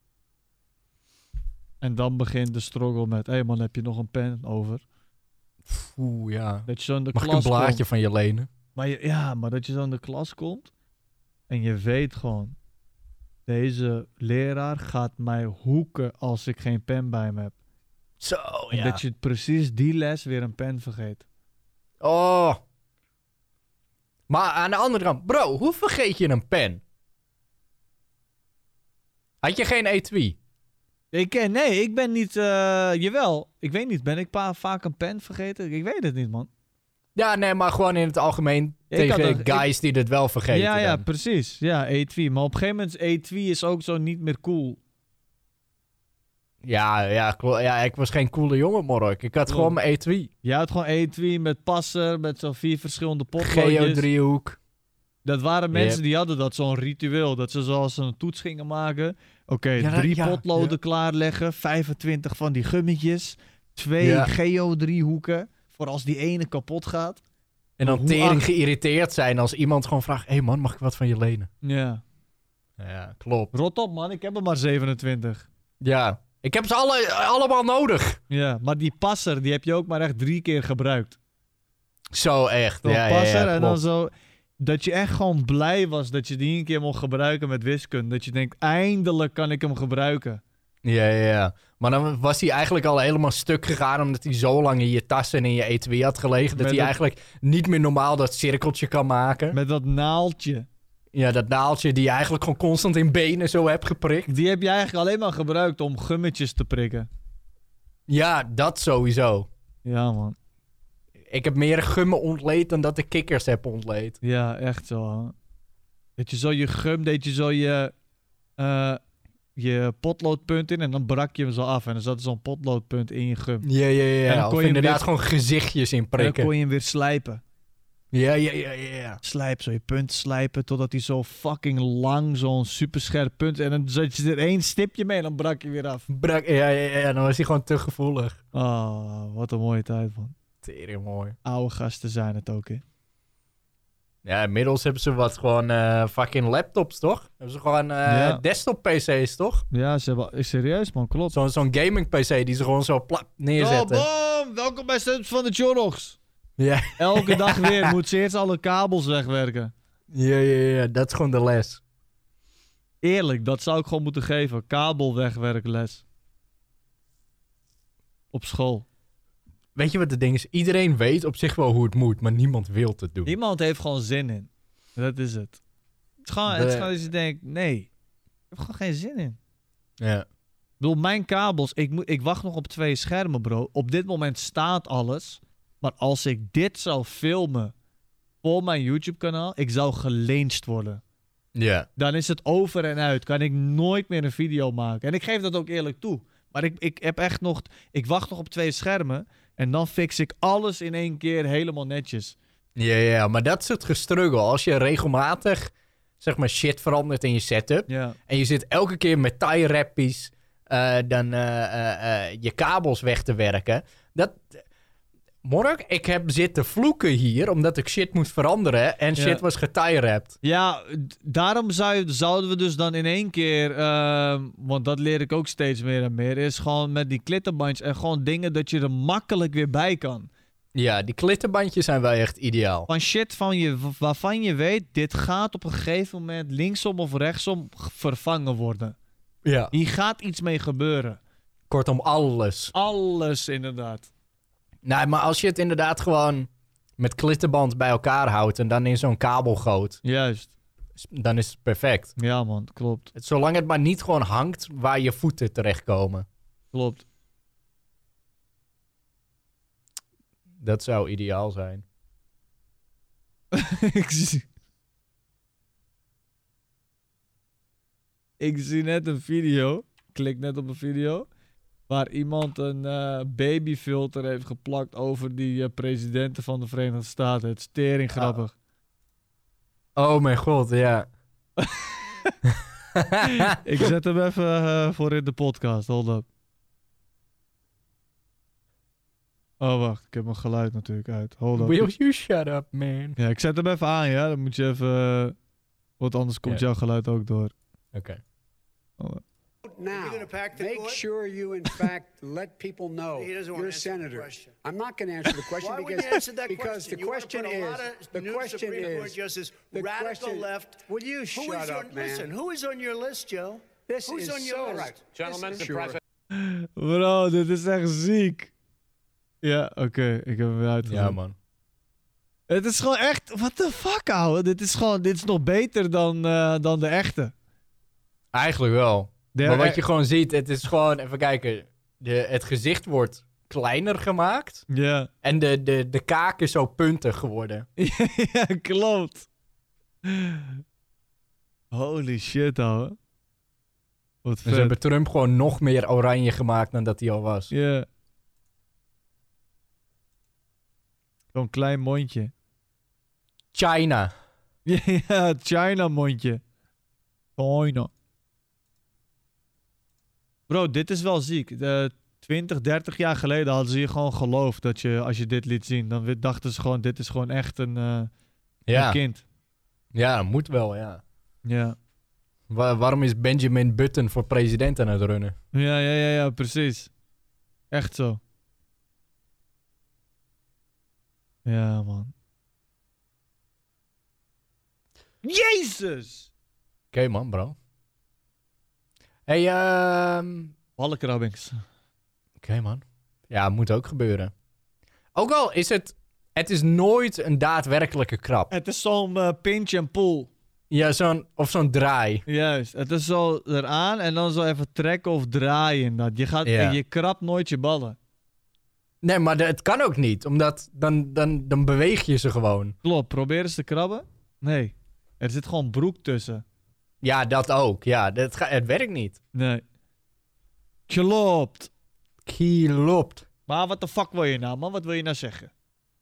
Speaker 2: En dan begint de struggle met... Hé hey man, heb je nog een pen over?
Speaker 1: Oeh, ja.
Speaker 2: Dat je zo in de
Speaker 1: Mag ik een
Speaker 2: klas
Speaker 1: blaadje
Speaker 2: komt.
Speaker 1: van je lenen?
Speaker 2: Maar je, ja, maar dat je zo in de klas komt... En je weet gewoon... Deze leraar gaat mij hoeken als ik geen pen bij me heb.
Speaker 1: Zo,
Speaker 2: En
Speaker 1: ja.
Speaker 2: dat je precies die les weer een pen vergeet.
Speaker 1: Oh. Maar aan de andere kant... Bro, hoe vergeet je een pen? Had je geen etui?
Speaker 2: Ik, ken- nee, ik ben niet... eh, jawel, ik weet niet. Ben ik pa, vaak een pen vergeten? Ik weet het niet, man.
Speaker 1: Ja, nee, maar gewoon in het algemeen...
Speaker 2: Ja, ik
Speaker 1: tegen
Speaker 2: had dat-
Speaker 1: guys die dit wel vergeten
Speaker 2: ja, ja,
Speaker 1: dan.
Speaker 2: precies. Ja, etui. Maar op een gegeven moment is etui is ook zo niet meer cool.
Speaker 1: Ja, ja, klo- ja, ik was geen coole jongen, Morok. Ik had
Speaker 2: Klopt.
Speaker 1: gewoon mijn etui.
Speaker 2: Je had gewoon etui met passer, met zo'n vier verschillende potloodjes.
Speaker 1: Geodriehoek.
Speaker 2: Dat waren mensen
Speaker 1: Yep.
Speaker 2: die hadden dat, zo'n ritueel. Dat ze zoals ze een toets gingen maken. Oké,
Speaker 1: Ja, dat-
Speaker 2: drie
Speaker 1: ja,
Speaker 2: potloden
Speaker 1: ja.
Speaker 2: klaarleggen. vijfentwintig van die gummetjes. Twee
Speaker 1: Ja.
Speaker 2: geodriehoeken. Voor als die ene kapot gaat.
Speaker 1: En dan
Speaker 2: Hoe
Speaker 1: tering
Speaker 2: ach-
Speaker 1: geïrriteerd zijn als iemand gewoon vraagt... Hé hey man, mag ik wat van je lenen?
Speaker 2: Ja.
Speaker 1: Ja, klopt.
Speaker 2: Rot op, man. Ik heb er maar zevenentwintig.
Speaker 1: Ja. Ik heb ze alle, allemaal nodig.
Speaker 2: Ja, maar die passer, die heb je ook maar echt drie keer gebruikt.
Speaker 1: Zo echt.
Speaker 2: Zo'n
Speaker 1: Ja, ja,
Speaker 2: passer
Speaker 1: ja,
Speaker 2: en dan
Speaker 1: klopt.
Speaker 2: zo... Dat je echt gewoon blij was dat je die een keer mocht gebruiken met wiskunde. Dat je denkt, eindelijk kan ik hem gebruiken.
Speaker 1: Ja, ja, ja. Maar dan was hij eigenlijk al helemaal stuk gegaan... omdat hij zo lang in je tas en in je etui had gelegen... dat
Speaker 2: Met
Speaker 1: hij
Speaker 2: dat-
Speaker 1: eigenlijk niet meer normaal dat cirkeltje kan maken.
Speaker 2: Met dat naaldje.
Speaker 1: Ja, dat naaldje die je eigenlijk gewoon constant in benen zo hebt geprikt.
Speaker 2: Die heb je eigenlijk alleen maar gebruikt om gummetjes te prikken.
Speaker 1: Ja, dat sowieso.
Speaker 2: Ja, man.
Speaker 1: Ik heb meer gummen ontleed dan dat ik kikkers heb ontleed.
Speaker 2: Ja, echt zo. Hè. Dat je zo je gum, deed je zo je, eh, je potloodpunt in en dan brak je hem zo af. En dan zat er zo'n potloodpunt in je gum.
Speaker 1: Ja, ja, ja.
Speaker 2: En dan
Speaker 1: Of
Speaker 2: kon je hem
Speaker 1: inderdaad
Speaker 2: weer-
Speaker 1: gewoon gezichtjes in
Speaker 2: En dan
Speaker 1: prikken.
Speaker 2: kon je hem weer slijpen.
Speaker 1: Ja, ja, ja, ja, ja.
Speaker 2: Slijp, zo je punt slijpen totdat hij zo fucking lang, zo'n superscherp punt... En dan zat je er één stipje mee en dan brak je weer af.
Speaker 1: Brak, ja, ja, ja, dan was hij gewoon te gevoelig.
Speaker 2: Oh, wat een mooie tijd, man.
Speaker 1: Tering mooi.
Speaker 2: Oude gasten zijn het ook, hè.
Speaker 1: Ja, inmiddels hebben ze wat gewoon eh, fucking laptops, toch? Hebben ze gewoon eh,
Speaker 2: Ja.
Speaker 1: desktop-P C's, toch?
Speaker 2: Ja, ze hebben... is serieus, man, klopt.
Speaker 1: Zo'n zo'n gaming-P C die ze gewoon zo plap neerzetten.
Speaker 2: Oh, boom! Welkom bij Steps van de Chorrox.
Speaker 1: Ja.
Speaker 2: Elke dag weer moet ze eerst alle kabels wegwerken.
Speaker 1: Ja, ja, ja, dat is gewoon de les.
Speaker 2: Eerlijk, dat zou ik gewoon moeten geven. Kabel wegwerkles. Op school.
Speaker 1: Weet je wat het ding is? Iedereen weet op zich wel hoe het moet, maar niemand wil het doen.
Speaker 2: Iemand heeft gewoon zin in. Dat is het. Het is gewoon, het is
Speaker 1: De-
Speaker 2: gewoon dat je denkt, nee. Ik heb gewoon geen zin in.
Speaker 1: Ja.
Speaker 2: Ik bedoel, mijn kabels, ik, moet, ik wacht nog op twee schermen, bro. Op dit moment staat alles. Maar als ik dit zou filmen voor mijn YouTube-kanaal, ik zou gelyncht worden.
Speaker 1: Ja.
Speaker 2: Dan is het over en uit. Kan ik nooit meer een video maken. En ik geef dat ook eerlijk toe. Maar ik, ik heb echt nog... Ik wacht nog op twee schermen. En dan fix ik alles in één keer helemaal netjes.
Speaker 1: Ja, ja, maar dat is het gestruggle. Als je regelmatig, zeg maar, shit verandert in je setup...
Speaker 2: Ja.
Speaker 1: en je zit elke keer met tie wrappies eh dan eh, eh, eh, je kabels weg te werken... Dat... Morgen, ik heb zitten vloeken hier, omdat ik shit moest veranderen... en shit
Speaker 2: Ja.
Speaker 1: was getie-wrapped.
Speaker 2: Ja, d- daarom zou je, zouden we dus dan in één keer... ehm, want dat leer ik ook steeds meer en meer... is gewoon met die klitterbandjes en gewoon dingen dat je er makkelijk weer bij kan.
Speaker 1: Ja, die klittenbandjes zijn wel echt ideaal.
Speaker 2: Van shit van je, waarvan je weet, dit gaat op een gegeven moment linksom of rechtsom vervangen worden.
Speaker 1: Ja.
Speaker 2: Hier gaat iets mee gebeuren.
Speaker 1: Kortom, alles.
Speaker 2: Alles inderdaad.
Speaker 1: Nee, maar als je het inderdaad gewoon met klittenband bij elkaar houdt en dan in zo'n kabel gooit,
Speaker 2: Juist.
Speaker 1: dan is het perfect.
Speaker 2: Ja man, klopt.
Speaker 1: Het- Zolang het maar niet gewoon hangt waar je voeten terechtkomen.
Speaker 2: Klopt.
Speaker 1: Dat zou ideaal zijn.
Speaker 2: ik, zie... ik zie net een video. Klik net op een video. Waar iemand een uh, babyfilter heeft geplakt over die uh, presidenten van de Verenigde Staten. Het is tering grappig.
Speaker 1: Oh mijn god, ja.
Speaker 2: Ik zet hem even uh, voor in de podcast. Hold up. Oh, wacht. Ik heb mijn geluid natuurlijk uit. Hold up.
Speaker 1: Will you shut up, man?
Speaker 2: Ja, ik zet hem even aan, ja. Dan moet je even... Uh, want anders komt
Speaker 1: Ja.
Speaker 2: jouw geluid ook door.
Speaker 1: Oké. Okay.
Speaker 2: Hold up.
Speaker 3: Now,
Speaker 4: gonna pack the
Speaker 3: make
Speaker 4: court?
Speaker 3: sure you, in fact, let people know
Speaker 4: He doesn't
Speaker 3: you're
Speaker 4: wanna
Speaker 3: a
Speaker 4: answer the
Speaker 3: senator.
Speaker 4: question.
Speaker 3: I'm not going to answer the question
Speaker 4: Why would
Speaker 3: because,
Speaker 4: you answer that
Speaker 3: because
Speaker 4: question?
Speaker 3: the
Speaker 4: You wanna
Speaker 3: question
Speaker 4: put a
Speaker 3: is
Speaker 4: lot of
Speaker 3: the
Speaker 4: new
Speaker 3: question
Speaker 4: Supreme Court
Speaker 3: is
Speaker 4: justices,
Speaker 3: the
Speaker 4: radical
Speaker 3: question.
Speaker 4: left.
Speaker 3: Will you
Speaker 4: Who
Speaker 3: shut
Speaker 4: is your,
Speaker 3: up, man?
Speaker 4: Listen, who is on your list, Joe?
Speaker 3: This
Speaker 4: Who's
Speaker 3: is
Speaker 4: on your
Speaker 3: so
Speaker 4: list?
Speaker 3: right,
Speaker 5: Gentlemen,
Speaker 3: This
Speaker 5: the
Speaker 3: is sure.
Speaker 5: president.
Speaker 2: Bro, dit is echt ziek. Ja, oké. Okay. Ik heb hem weer uitgezet.
Speaker 1: Ja, man.
Speaker 2: Het is gewoon echt... What the fuck, ouwe? Dit is gewoon... Dit is nog beter dan, uh, dan de echte.
Speaker 1: Eigenlijk wel.
Speaker 2: De,
Speaker 1: maar wat je gewoon ziet, het is gewoon... Even kijken. De, het gezicht wordt kleiner gemaakt.
Speaker 2: Ja.
Speaker 1: En de, de, de kaak is zo puntig geworden.
Speaker 2: Ja, klopt. Holy shit, ouwe. Wat
Speaker 1: Ze
Speaker 2: vet.
Speaker 1: hebben Trump gewoon nog meer oranje gemaakt dan dat hij al was.
Speaker 2: Ja. Zo'n klein mondje.
Speaker 1: China.
Speaker 2: Ja, China mondje. China. Bro, dit is wel ziek. De twintig, dertig jaar geleden hadden ze je gewoon geloofd dat je, als je dit liet zien, dan wi- dachten ze gewoon, dit is gewoon echt een, uh,
Speaker 1: Ja.
Speaker 2: een kind.
Speaker 1: Ja, moet wel, ja.
Speaker 2: Ja.
Speaker 1: Wa- waarom is Benjamin Button voor president aan het runnen?
Speaker 2: Ja, ja, ja, ja, precies. Echt zo. Ja, man. Jezus!
Speaker 1: Oké, okay, man, bro. Hey, ehm... Oké,
Speaker 2: Ballenkrabbings.
Speaker 1: okay, man. Ja, moet ook gebeuren. Ook al is het... Het is nooit een daadwerkelijke krab.
Speaker 2: Het is zo'n uh, pinch en pull.
Speaker 1: Ja, zo'n... Of zo'n draai.
Speaker 2: Juist. Het is zo eraan en dan zo even trekken of draaien. Dat. Je, gaat,
Speaker 1: Ja.
Speaker 2: je krabt nooit je ballen.
Speaker 1: Nee, maar de- het kan ook niet. Omdat dan, dan, dan beweeg je ze gewoon.
Speaker 2: Klopt. Probeer eens te krabben. Nee. Er zit gewoon broek tussen.
Speaker 1: Ja, dat ook. Ja, dat ga- het werkt niet.
Speaker 2: Nee. Klopt.
Speaker 1: Klopt.
Speaker 2: Maar wat de fuck wil je nou, man? Wat wil je nou zeggen?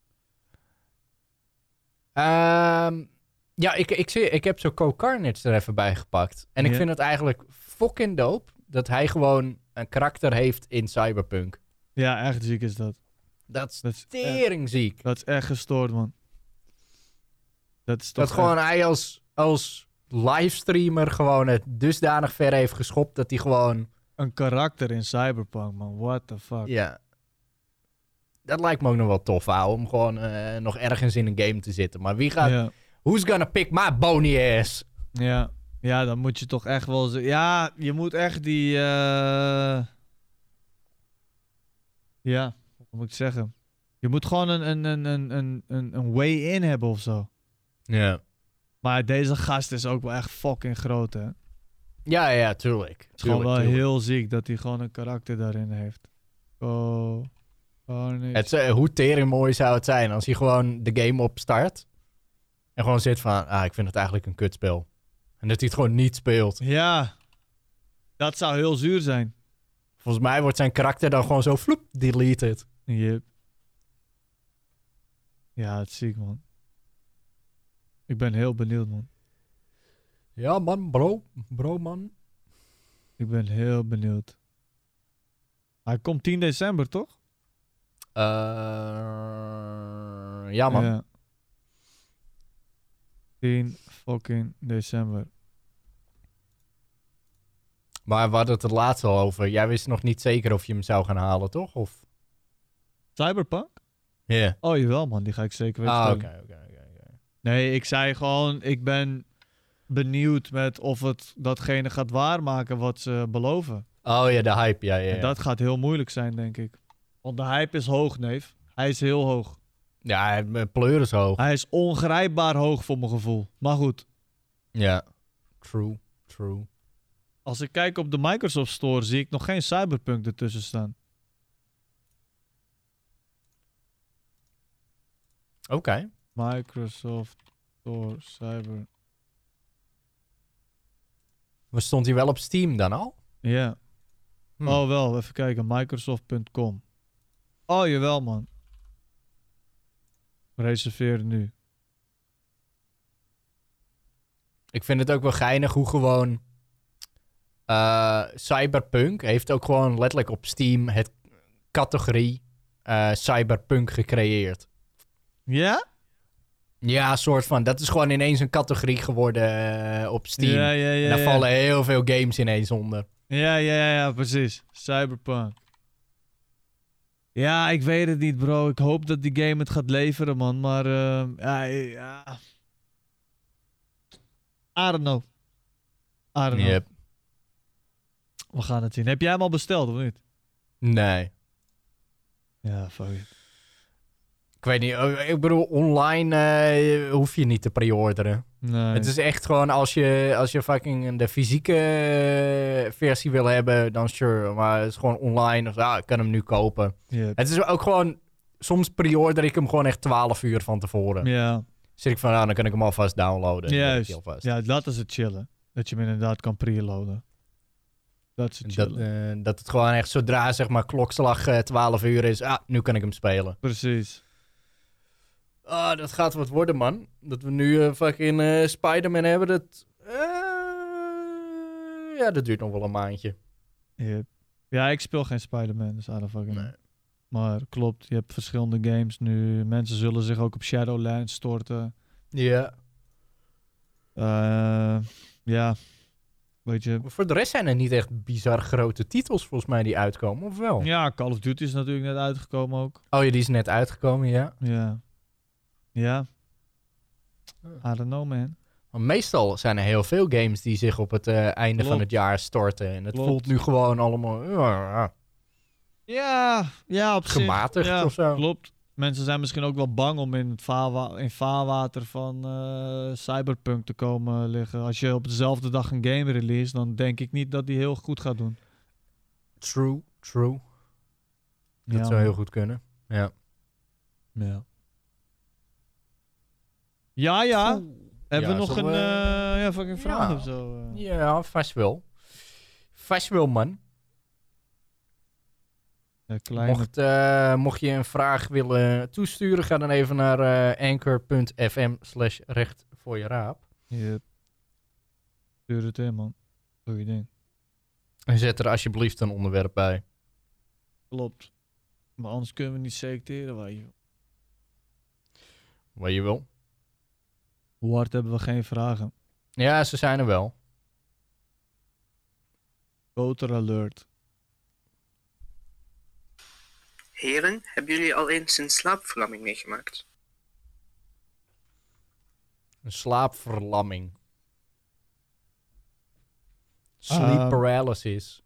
Speaker 1: Ehm ja, ik, ik, zie, ik heb zo Co Carnage er even bij gepakt. En ik
Speaker 2: Ja.
Speaker 1: vind het eigenlijk fucking dope dat hij gewoon een karakter heeft in Cyberpunk.
Speaker 2: Ja, echt ziek is dat.
Speaker 1: Dat is
Speaker 2: Dat is echt,
Speaker 1: teringziek.
Speaker 2: dat is echt gestoord, man. Dat is toch
Speaker 1: Dat gewoon hij als, als livestreamer gewoon het dusdanig ver heeft geschopt dat hij gewoon...
Speaker 2: een karakter in Cyberpunk, man. What the fuck.
Speaker 1: Ja. Dat lijkt me ook nog wel tof, ouwe, om gewoon eh, nog ergens in een game te zitten. Maar wie gaat...
Speaker 2: Ja.
Speaker 1: Who's gonna pick my bony ass?
Speaker 2: Ja. Ja, dan moet je toch echt wel... z- Ja, je moet echt die... eh Ja, wat moet ik zeggen? Je moet gewoon een, een, een, een, een, een een way in hebben of zo.
Speaker 1: Ja.
Speaker 2: Maar deze gast is ook wel echt fucking groot, hè? Het
Speaker 1: Ja, ja, tuurlijk.
Speaker 2: is gewoon wel
Speaker 1: tuurlijk.
Speaker 2: heel ziek dat hij gewoon een karakter daarin heeft. Oh... Carnage.
Speaker 1: Het, is, eh, hoe tering mooi zou het zijn als hij gewoon de game opstart. En gewoon zit van, ah, ik vind het eigenlijk een kutspel. En dat hij het gewoon niet speelt.
Speaker 2: Ja. Dat zou heel zuur zijn.
Speaker 1: Volgens mij wordt zijn karakter dan gewoon zo vloep, deleted.
Speaker 2: Yep. Ja, het is ziek, man. Ik ben heel benieuwd, man.
Speaker 1: Ja, man, bro. Bro, man.
Speaker 2: Ik ben heel benieuwd. Hij komt tien december, toch?
Speaker 1: Eh ja, man.
Speaker 2: Ja. tien fucking december.
Speaker 1: Maar we hadden het er laatst al over. Jij wist nog niet zeker of je hem zou gaan halen, toch? Of...
Speaker 2: Cyberpunk?
Speaker 1: Ja.
Speaker 2: Oh, jawel man, die ga ik zeker weten
Speaker 1: Ah, oké,
Speaker 2: spelen.
Speaker 1: oké, oké. oké.
Speaker 2: Nee, ik zei gewoon, ik ben benieuwd met of het datgene gaat waarmaken wat ze beloven.
Speaker 1: Oh ja, de hype, ja, ja.
Speaker 2: En
Speaker 1: ja.
Speaker 2: dat gaat heel moeilijk zijn, denk ik. Want de hype is hoog, neef. Hij is heel hoog.
Speaker 1: Ja, mijn pleur is hoog.
Speaker 2: Hij is ongrijpbaar hoog voor mijn gevoel. Maar goed,
Speaker 1: Ja, true, true.
Speaker 2: als ik kijk op de Microsoft Store, zie ik nog geen Cyberpunk ertussen staan.
Speaker 1: Oké.
Speaker 2: Microsoft Store, Cyber...
Speaker 1: Maar stond hij wel op Steam dan al?
Speaker 2: Ja.
Speaker 1: Hm.
Speaker 2: Oh, wel. Even kijken. Microsoft punt com. Oh, jawel, man. Reserveer nu.
Speaker 1: Ik vind het ook wel geinig hoe gewoon... eh, Cyberpunk heeft ook gewoon letterlijk op Steam het categorie eh, Cyberpunk gecreëerd.
Speaker 2: Ja?
Speaker 1: Ja, soort van. Dat is gewoon ineens een categorie geworden eh, op Steam.
Speaker 2: Ja, ja, ja.
Speaker 1: en daar
Speaker 2: ja.
Speaker 1: vallen heel veel games ineens onder.
Speaker 2: Ja, ja, ja, ja, precies. Cyberpunk. Ja, ik weet het niet, bro. Ik hoop dat die game het gaat leveren, man. Maar, eh, ja, ja. I don't know. I don't know.
Speaker 1: Yep.
Speaker 2: We gaan het zien. Heb jij hem al besteld, of niet?
Speaker 1: Nee.
Speaker 2: Ja, fuck it.
Speaker 1: Ik weet niet. oh, Ik bedoel, online eh, hoef je niet te pre-orderen.
Speaker 2: Nee.
Speaker 1: Het is echt gewoon als je, als je fucking de fysieke eh, versie wil hebben, dan sure. Maar het is gewoon online. Of, ah, ik kan hem nu kopen.
Speaker 2: Yep.
Speaker 1: Het is ook gewoon... Soms pre-order ik hem gewoon echt twaalf uur van tevoren.
Speaker 2: Ja.
Speaker 1: Zit ik van, nou, dan kan ik hem alvast downloaden. Dan weet ik
Speaker 2: Juist.
Speaker 1: die alvast.
Speaker 2: Ja, dat is het chillen. Dat je hem inderdaad kan preloaden. Dat is het
Speaker 1: Dat,
Speaker 2: chillen.
Speaker 1: eh, dat het gewoon echt zodra zeg maar klokslag eh, twaalf uur is, ah, nu kan ik hem spelen.
Speaker 2: Precies.
Speaker 1: Ah, dat gaat wat worden, man. Dat we nu eh, fucking eh, Spider-Man hebben, dat... eh, ja, dat duurt nog wel een maandje.
Speaker 2: Yep. Ja, ik speel geen Spider-Man, dus I don't fucking know.
Speaker 1: Nee.
Speaker 2: Maar klopt, je hebt verschillende games nu. Mensen zullen zich ook op Shadowlands storten.
Speaker 1: Ja.
Speaker 2: Eh, ja, weet je.
Speaker 1: Voor de rest zijn er niet echt bizar grote titels volgens mij die uitkomen, of wel?
Speaker 2: Ja, Call of Duty is natuurlijk net uitgekomen ook.
Speaker 1: Oh ja, die is net uitgekomen, ja.
Speaker 2: Ja. Ja. I don't know, man.
Speaker 1: Maar meestal zijn er heel veel games die zich op het eh, einde
Speaker 2: Klopt.
Speaker 1: van het jaar storten. En het
Speaker 2: Klopt.
Speaker 1: voelt nu gewoon allemaal ja,
Speaker 2: Ja, ja, op zich.
Speaker 1: gematigd
Speaker 2: Ja,
Speaker 1: of zo.
Speaker 2: klopt. Mensen zijn misschien ook wel bang om in het vaarwa- in vaarwater van eh, Cyberpunk te komen liggen. Als je op dezelfde dag een game release, dan denk ik niet dat die heel goed gaat doen.
Speaker 1: True, true. Dat
Speaker 2: Ja,
Speaker 1: zou
Speaker 2: man.
Speaker 1: heel goed kunnen. Ja.
Speaker 2: Ja. Ja, ja.
Speaker 1: Oeh.
Speaker 2: Hebben
Speaker 1: Ja,
Speaker 2: we nog een
Speaker 1: zullen we-
Speaker 2: eh, ja, fucking vraag
Speaker 1: Ja.
Speaker 2: of zo? eh?
Speaker 1: Ja, vast wel. Vast wel, man.
Speaker 2: Ja, kleine...
Speaker 1: Mocht, eh, mocht je een vraag willen toesturen, ga dan even naar eh, anchor.fm slash recht voor je raap.
Speaker 2: Yep. Stuur het in, man. Doe je ding.
Speaker 1: En zet er alsjeblieft een onderwerp bij.
Speaker 2: Klopt. Maar anders kunnen we niet selecteren waar je...
Speaker 1: Wat je wil.
Speaker 2: Hoe hard hebben we geen vragen?
Speaker 1: Ja, ze zijn er wel.
Speaker 2: Boter alert.
Speaker 5: Heren, hebben jullie al eens een slaapverlamming meegemaakt?
Speaker 1: Een slaapverlamming. Sleep
Speaker 2: Ehm.
Speaker 1: paralysis.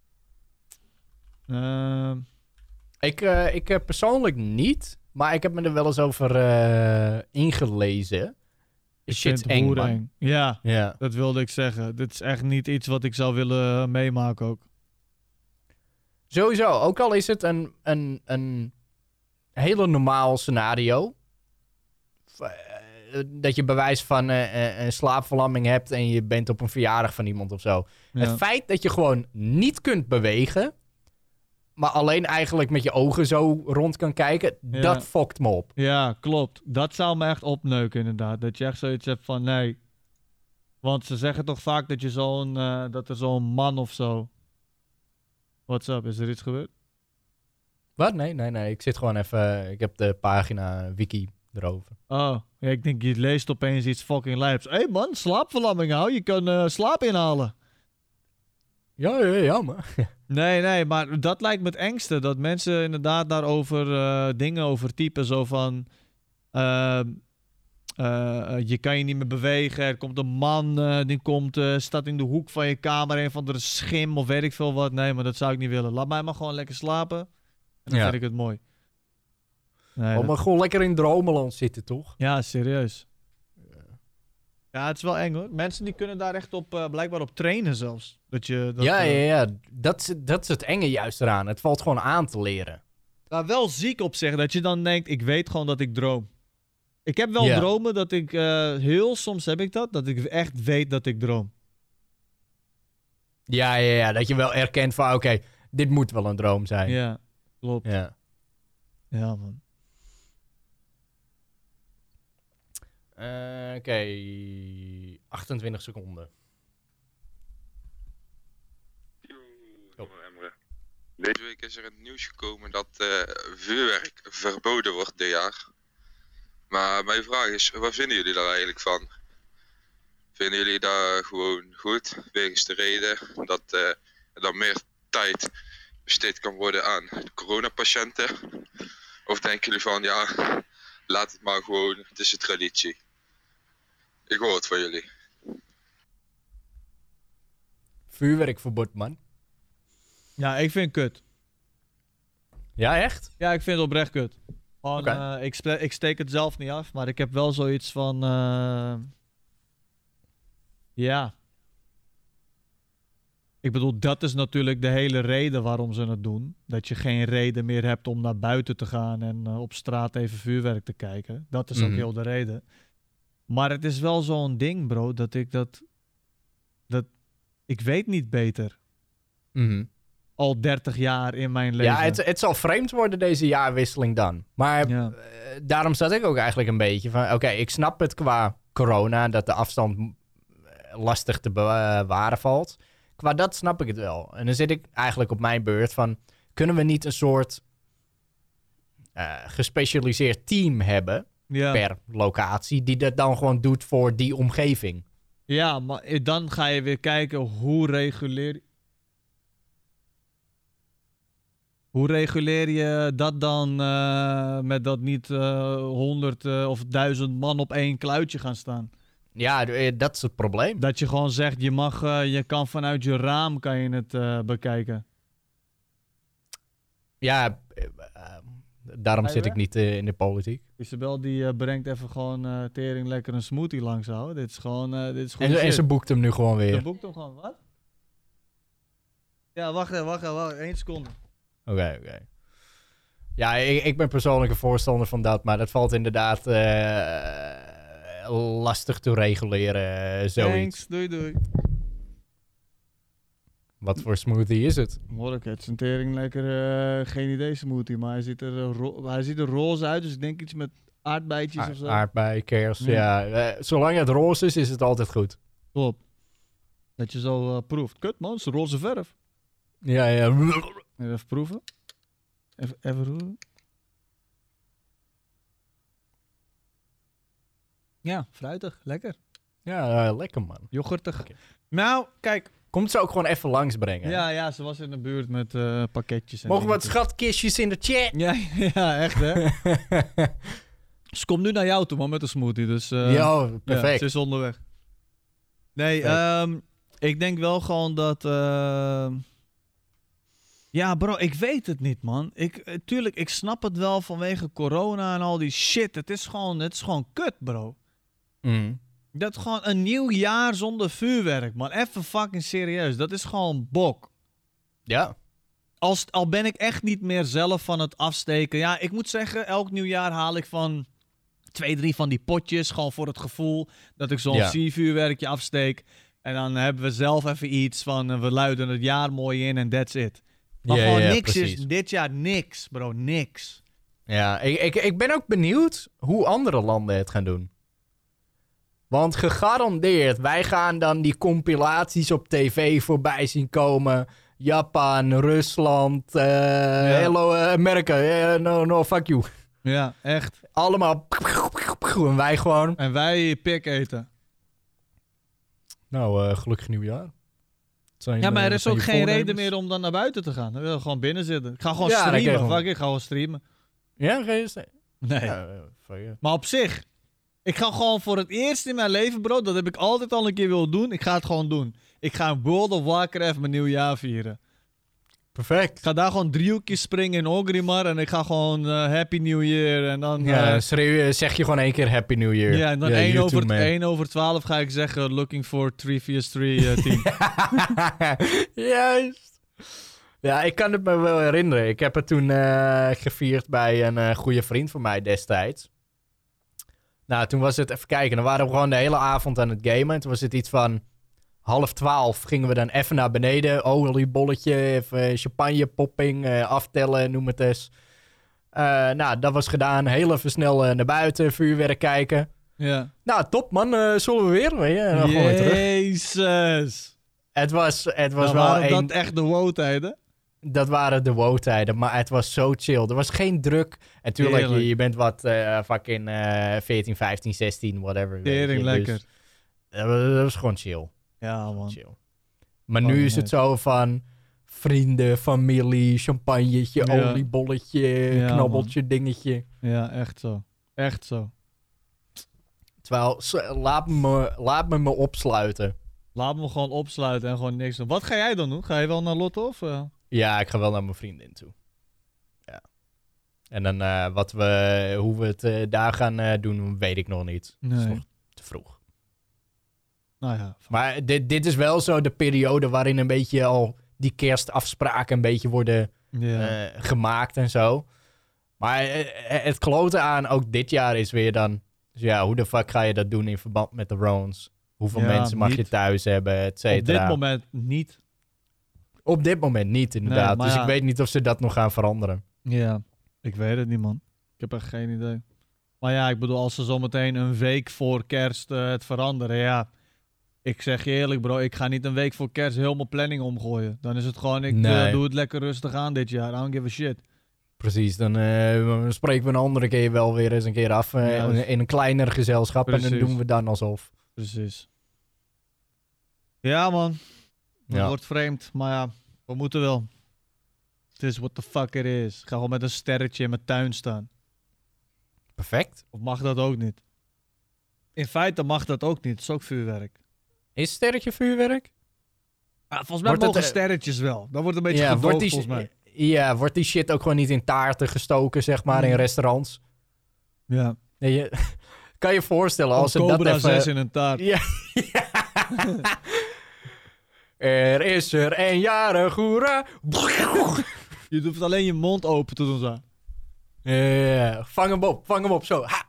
Speaker 2: Ehm,
Speaker 1: Ik, eh, ik heb persoonlijk niet, maar ik heb me er wel eens over eh, ingelezen.
Speaker 2: ik
Speaker 1: Shit
Speaker 2: vind
Speaker 1: eng,
Speaker 2: hoer
Speaker 1: man.
Speaker 2: eng. Ja,
Speaker 1: Ja.
Speaker 2: dat wilde ik zeggen. Dit is echt niet iets wat ik zou willen meemaken ook.
Speaker 1: Sowieso, ook al is het een, een, een hele normaal scenario. V- eh, dat je bewijs van eh, eh, een slaapverlamming hebt en je bent op een verjaardag van iemand of zo.
Speaker 2: Ja.
Speaker 1: Het feit dat je gewoon niet kunt bewegen, maar alleen eigenlijk met je ogen zo rond kan kijken,
Speaker 2: Ja.
Speaker 1: dat fokt me op.
Speaker 2: Ja, klopt. Dat zou me echt opneuken inderdaad. Dat je echt zoiets hebt van nee. Want ze zeggen toch vaak dat je zo'n eh, dat er zo'n man of zo. What's up? Is er iets gebeurd?
Speaker 1: Wat? Nee, nee, nee. Ik zit gewoon even... Ik heb de pagina wiki erover.
Speaker 2: Oh, ja, ik denk je leest opeens iets fucking lijps. Hé hey man, slaapverlamming hou. Je kan eh, slaap inhalen.
Speaker 1: Ja, ja, ja, man.
Speaker 2: Nee, nee, maar dat lijkt me het engste. Dat mensen inderdaad daarover eh, dingen over typen. Zo van... Uh, uh, je kan je niet meer bewegen. Er komt een man, uh, die komt, uh, staat in de hoek van je kamer. Een van de schim of weet ik veel wat. Nee, maar dat zou ik niet willen. Laat mij maar gewoon lekker slapen. En dan
Speaker 1: Ja.
Speaker 2: vind ik het mooi. Nee,
Speaker 1: Oh,
Speaker 2: dat-
Speaker 1: maar gewoon lekker in dromenland zitten, toch?
Speaker 2: Ja, serieus. Ja, het is wel eng hoor. Mensen die kunnen daar echt op, uh, blijkbaar op trainen zelfs. Dat je, dat,
Speaker 1: ja,
Speaker 2: uh,
Speaker 1: ja, ja. Dat, is- dat is het enge juist eraan. Het valt gewoon aan te leren.
Speaker 2: Nou, wel ziek op zich. Dat je dan denkt, ik weet gewoon dat ik droom. Ik heb wel
Speaker 1: Ja.
Speaker 2: dromen dat ik... Uh, heel soms heb ik dat. Dat ik echt weet dat ik droom.
Speaker 1: Ja, ja, ja. Dat je wel erkent van, oké, dit moet wel een droom zijn.
Speaker 2: Ja, klopt. Ja,
Speaker 1: Ja.
Speaker 2: man.
Speaker 1: Eh, oké. achtentwintig seconden.
Speaker 6: Yo, Emre. Deze week is er in het nieuws gekomen dat eh, vuurwerk verboden wordt dit jaar. Maar mijn vraag is, wat vinden jullie daar eigenlijk van? Vinden jullie dat gewoon goed, wegens de reden dat eh, er dan meer tijd besteed kan worden aan de coronapatiënten? Of denken jullie van, ja, laat het maar gewoon, het is een traditie? Ik hoor het van jullie.
Speaker 1: Vuurwerkverbod, man.
Speaker 2: Ja, ik vind het kut.
Speaker 1: Ja, echt?
Speaker 2: Ja, ik vind het oprecht kut. Gewoon,
Speaker 1: Oké.
Speaker 2: eh, ik, spe- ik steek het zelf niet af, maar ik heb wel zoiets van... eh, ja. Ik bedoel, dat is natuurlijk de hele reden waarom ze het doen. Dat je geen reden meer hebt om naar buiten te gaan en eh, op straat even vuurwerk te kijken. Dat is ook
Speaker 1: Mhm.
Speaker 2: heel de reden. Maar het is wel zo'n ding, bro, dat ik dat... dat ik weet niet beter.
Speaker 1: Mhm.
Speaker 2: Al dertig jaar in mijn leven.
Speaker 1: Ja, het, het zal vreemd worden deze jaarwisseling dan. Maar
Speaker 2: Ja.
Speaker 1: eh, daarom zat ik ook eigenlijk een beetje van... Oké, ik snap het qua corona, dat de afstand mm, lastig te bewaren valt. Qua dat snap ik het wel. En dan zit ik eigenlijk op mijn beurt van... Kunnen we niet een soort eh, gespecialiseerd team hebben
Speaker 2: ja.
Speaker 1: per locatie... die dat dan gewoon doet voor die omgeving?
Speaker 2: Ja, maar i- dan ga je weer kijken hoe reguleer... Hoe reguleer je dat dan eh, met dat niet eh, honderd eh, of duizend man op één kluitje gaan staan?
Speaker 1: Ja, d- dat is het probleem.
Speaker 2: Dat je gewoon zegt, je mag, eh, je kan vanuit je raam kan je het eh, bekijken.
Speaker 1: Ja, eh, eh, daarom
Speaker 2: Ga je
Speaker 1: zit ik
Speaker 2: weg?
Speaker 1: niet eh, in de politiek.
Speaker 2: Isabel die eh, brengt even gewoon eh, tering lekker een smoothie langs houden. Dit is gewoon, eh, dit is gewoon
Speaker 1: En, en
Speaker 2: shit.
Speaker 1: ze boekt hem nu gewoon weer.
Speaker 2: Ze boekt hem gewoon, wat? Ja, wacht even, wacht even, wacht, één seconde.
Speaker 1: Oké, oké. Ja, ik, ik ben persoonlijk een voorstander van dat, maar dat valt inderdaad eh, lastig te reguleren, eh, zoiets.
Speaker 2: Thanks, doei doei.
Speaker 1: Wat voor smoothie is het?
Speaker 2: Hoor ik, het is een tering lekker, eh, geen idee smoothie, maar hij ziet, er, eh, ro- hij ziet er roze uit, dus ik denk iets met aardbeidjes of zo.
Speaker 1: A- aardbei, kers,
Speaker 2: Ja.
Speaker 1: ja. Eh, zolang het roze is, is het altijd goed.
Speaker 2: Top. Dat je zo eh, proeft. Kut man, het is roze verf.
Speaker 1: Ja, ja.
Speaker 2: Even proeven. Even, even roeren. Ja, fruitig, lekker.
Speaker 1: Ja, eh, lekker man.
Speaker 2: Yoghurtig.
Speaker 1: Oké.
Speaker 2: Nou, kijk.
Speaker 1: Komt ze ook gewoon even langsbrengen?
Speaker 2: Ja, ja, ze was in de buurt met eh, pakketjes. En
Speaker 1: Mogen we wat
Speaker 2: dingetjes.
Speaker 1: schatkistjes in de chat?
Speaker 2: Ja, ja, echt hè. Ze komt nu naar jou toe, man, met een smoothie. Dus, eh,
Speaker 1: ja,
Speaker 2: ja,
Speaker 1: perfect.
Speaker 2: ze is onderweg. Nee,
Speaker 1: Perfect.
Speaker 2: ehm, ik denk wel gewoon dat... ehm, Ja, bro, ik weet het niet, man. Ik, eh, tuurlijk, ik snap het wel vanwege corona en al die shit. Het is gewoon, het is gewoon kut, bro.
Speaker 1: Mm.
Speaker 2: Dat gewoon een nieuw jaar zonder vuurwerk, man. Even fucking serieus. Dat is gewoon bok.
Speaker 1: Ja.
Speaker 2: Als, al ben ik echt niet meer zelf van het afsteken. Ja, ik moet zeggen, elk nieuwjaar haal ik van twee, drie van die potjes. Gewoon voor het gevoel dat ik zo'n
Speaker 1: Ja.
Speaker 2: siervuurwerkje afsteek. En dan hebben we zelf even iets van, eh, we luiden het jaar mooi in en that's it. Maar
Speaker 1: Ja,
Speaker 2: gewoon
Speaker 1: ja,
Speaker 2: niks
Speaker 1: precies.
Speaker 2: is dit jaar niks, bro. Niks.
Speaker 1: Ja, ik, ik, ik ben ook benieuwd hoe andere landen het gaan doen. Want gegarandeerd, wij gaan dan die compilaties op tv voorbij zien komen. Japan, Rusland, eh hello eh, America, eh, no, no, fuck you.
Speaker 2: Ja, echt.
Speaker 1: Allemaal en wij gewoon.
Speaker 2: En wij pik eten.
Speaker 1: Nou, eh, gelukkig nieuwjaar. Het zijn,
Speaker 2: Ja, maar er
Speaker 1: eh,
Speaker 2: is
Speaker 1: van
Speaker 2: ook
Speaker 1: je
Speaker 2: geen reden
Speaker 1: voornemens.
Speaker 2: meer om dan naar buiten te gaan. Dan wil ik gewoon binnen zitten. Ik ga gewoon
Speaker 1: Ja, dan kun je
Speaker 2: streamen.
Speaker 1: gewoon-
Speaker 2: Fuck, ik ga gewoon streamen.
Speaker 1: Ja, ga je... st-
Speaker 2: Nee.
Speaker 1: Ja, eh, fuck it.
Speaker 2: Maar op zich, ik ga gewoon voor het eerst in mijn leven, bro, dat heb ik altijd al een keer willen doen. Ik ga het gewoon doen. Ik ga in World of Warcraft mijn nieuwjaar vieren.
Speaker 1: Perfect.
Speaker 2: Ik ga daar gewoon driehoekjes springen in Orgrimmar en ik ga gewoon eh, Happy New Year en dan...
Speaker 1: Ja,
Speaker 2: eh,
Speaker 1: schreeuw, zeg je gewoon één keer Happy New Year.
Speaker 2: ja, en dan
Speaker 1: Ja,
Speaker 2: één
Speaker 1: you too,
Speaker 2: over,
Speaker 1: man.
Speaker 2: één over twaalf ga ik zeggen looking for three v s three uh, team.
Speaker 1: Juist. Ja, ik kan het me wel herinneren. Ik heb het toen eh, gevierd bij een uh, goede vriend van mij destijds. Nou, toen was het, even kijken, dan waren we gewoon de hele avond aan het gamen. Toen was het iets van half twaalf gingen we dan even naar beneden. Oliebolletje, even champagne popping, uh, aftellen, noem het eens. Uh, nou, dat was gedaan. Heel even snel uh, naar buiten, vuurwerk kijken.
Speaker 2: Ja.
Speaker 1: Nou, top man, uh, zullen we weer? Weet je? En dan gewoon weer terug.
Speaker 2: Jezus.
Speaker 1: Het was, het was
Speaker 2: Dan
Speaker 1: wel
Speaker 2: waren
Speaker 1: een...
Speaker 2: dat echt de wow-tijden.
Speaker 1: Dat waren de wow-tijden, maar het was zo chill. Er was geen druk. En tuurlijk, je,
Speaker 2: Heerlijk.
Speaker 1: je bent wat uh, fucking uh, veertien, vijftien, zestien, whatever. weet
Speaker 2: Tering
Speaker 1: je.
Speaker 2: lekker.
Speaker 1: Dus, dat, was, dat was gewoon chill.
Speaker 2: Ja, man.
Speaker 1: chill. Maar
Speaker 2: Oh,
Speaker 1: nu is
Speaker 2: nee.
Speaker 1: het zo van vrienden, familie, champagnetje,
Speaker 2: Ja.
Speaker 1: oliebolletje,
Speaker 2: Ja,
Speaker 1: knabbeltje, dingetje.
Speaker 2: Ja, echt zo. Echt zo.
Speaker 1: Terwijl, s- laat me, laat me me opsluiten.
Speaker 2: Laat me gewoon opsluiten en gewoon niks doen. Wat ga jij dan doen? Ga je wel naar Lotte of... uh?
Speaker 1: Ja, ik ga wel naar mijn vriendin toe. Ja. En dan uh, wat we, hoe we het uh, daar gaan uh, doen, weet ik nog niet. Dat is
Speaker 2: Nee.
Speaker 1: nog te vroeg.
Speaker 2: Nou ja.
Speaker 1: Maar dit, dit is wel zo de periode waarin een beetje al die kerstafspraken een beetje worden
Speaker 2: Ja.
Speaker 1: uh, gemaakt en zo. Maar uh, het kloten aan ook dit jaar is weer dan... Dus ja, hoe de fuck ga je dat doen in verband met de Rones? Hoeveel
Speaker 2: Ja,
Speaker 1: mensen mag
Speaker 2: niet.
Speaker 1: je thuis hebben, et
Speaker 2: Op
Speaker 1: cetera?
Speaker 2: dit moment niet.
Speaker 1: Op dit moment niet, inderdaad.
Speaker 2: Nee, maar
Speaker 1: dus
Speaker 2: ja.
Speaker 1: ik weet niet of ze dat nog gaan veranderen.
Speaker 2: Ja. Ik weet het niet, man. Ik heb echt geen idee. Maar ja, ik bedoel, als ze zometeen een week voor kerst uh, het veranderen, ja. Ik zeg je eerlijk, bro, ik ga niet een week voor kerst helemaal planning omgooien. Dan is het gewoon, ik
Speaker 1: Nee.
Speaker 2: uh, doe het lekker rustig aan dit jaar. I don't give a shit.
Speaker 1: Precies, dan uh, spreken we een andere keer wel weer eens een keer af. Uh,
Speaker 2: Ja,
Speaker 1: in, in een kleiner gezelschap. En
Speaker 2: precies.
Speaker 1: dan doen we dan alsof.
Speaker 2: Precies. Ja, man. Het
Speaker 1: Ja.
Speaker 2: wordt vreemd, maar ja, we moeten wel. Het is what the fuck it is. Ik ga gewoon met een sterretje in mijn tuin staan.
Speaker 1: Perfect.
Speaker 2: Of mag dat ook niet? In feite mag dat ook niet. Het is ook vuurwerk.
Speaker 1: Is sterretje vuurwerk?
Speaker 2: Ah, volgens mij
Speaker 1: Wordt het,
Speaker 2: mogen
Speaker 1: eh,
Speaker 2: sterretjes wel. Dat wordt een beetje
Speaker 1: Ja,
Speaker 2: gedoogd,
Speaker 1: wordt die,
Speaker 2: volgens mij.
Speaker 1: ja, wordt die shit ook gewoon niet in taarten gestoken, zeg maar, in
Speaker 2: Mm.
Speaker 1: restaurants?
Speaker 2: Ja.
Speaker 1: Nee, je, kan je voorstellen als
Speaker 2: Als
Speaker 1: ze dat
Speaker 2: Cobra
Speaker 1: even...
Speaker 2: zes in een taart.
Speaker 1: Ja. Er is er een jarig, hoera.
Speaker 2: Je hoeft alleen je mond open te doen zo.
Speaker 1: Ja, vang hem op, vang hem op, zo. Ha.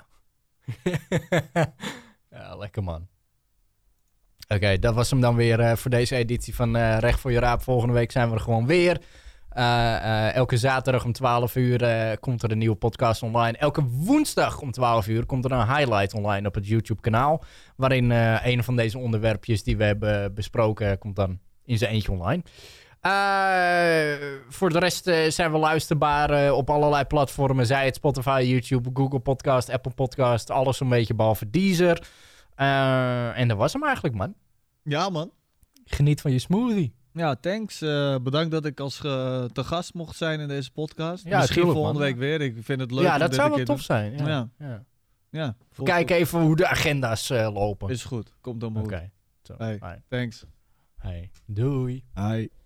Speaker 1: Ja, lekker man. Oké, okay, dat was hem dan weer uh, voor deze editie van uh, Recht voor je Raap. Volgende week zijn we er gewoon weer. Uh, uh, elke zaterdag om twaalf uur uh, komt er een nieuwe podcast online. Elke woensdag om twaalf uur komt er een highlight online op het YouTube-kanaal. Waarin uh, een van deze onderwerpjes die we hebben besproken komt dan in zijn eentje online. Uh, voor de rest uh, zijn we luisterbaar uh, op allerlei platformen. Zij het Spotify, YouTube, Google Podcast, Apple Podcast. Alles een beetje behalve Deezer. Uh, en dat was hem eigenlijk, man.
Speaker 2: Ja, man.
Speaker 1: Geniet van je smoothie.
Speaker 2: Ja, thanks. Uh, bedankt dat ik als ge- te gast mocht zijn in deze podcast.
Speaker 1: Ja,
Speaker 2: Misschien
Speaker 1: tuurlijk,
Speaker 2: volgende
Speaker 1: man.
Speaker 2: week weer. Ik vind het leuk
Speaker 1: Ja,
Speaker 2: om
Speaker 1: dat
Speaker 2: dit
Speaker 1: zou
Speaker 2: een
Speaker 1: wel
Speaker 2: keer
Speaker 1: tof
Speaker 2: te
Speaker 1: zijn. Ja.
Speaker 2: Ja.
Speaker 1: Ja.
Speaker 2: Ja,
Speaker 1: We kijken even hoe de agenda's uh, lopen.
Speaker 2: Is goed. Komt dan
Speaker 1: Oké.
Speaker 2: goed.
Speaker 1: Zo,
Speaker 2: Hey.
Speaker 1: fijn.
Speaker 2: Thanks.
Speaker 1: Hey. Doei.
Speaker 2: Hi.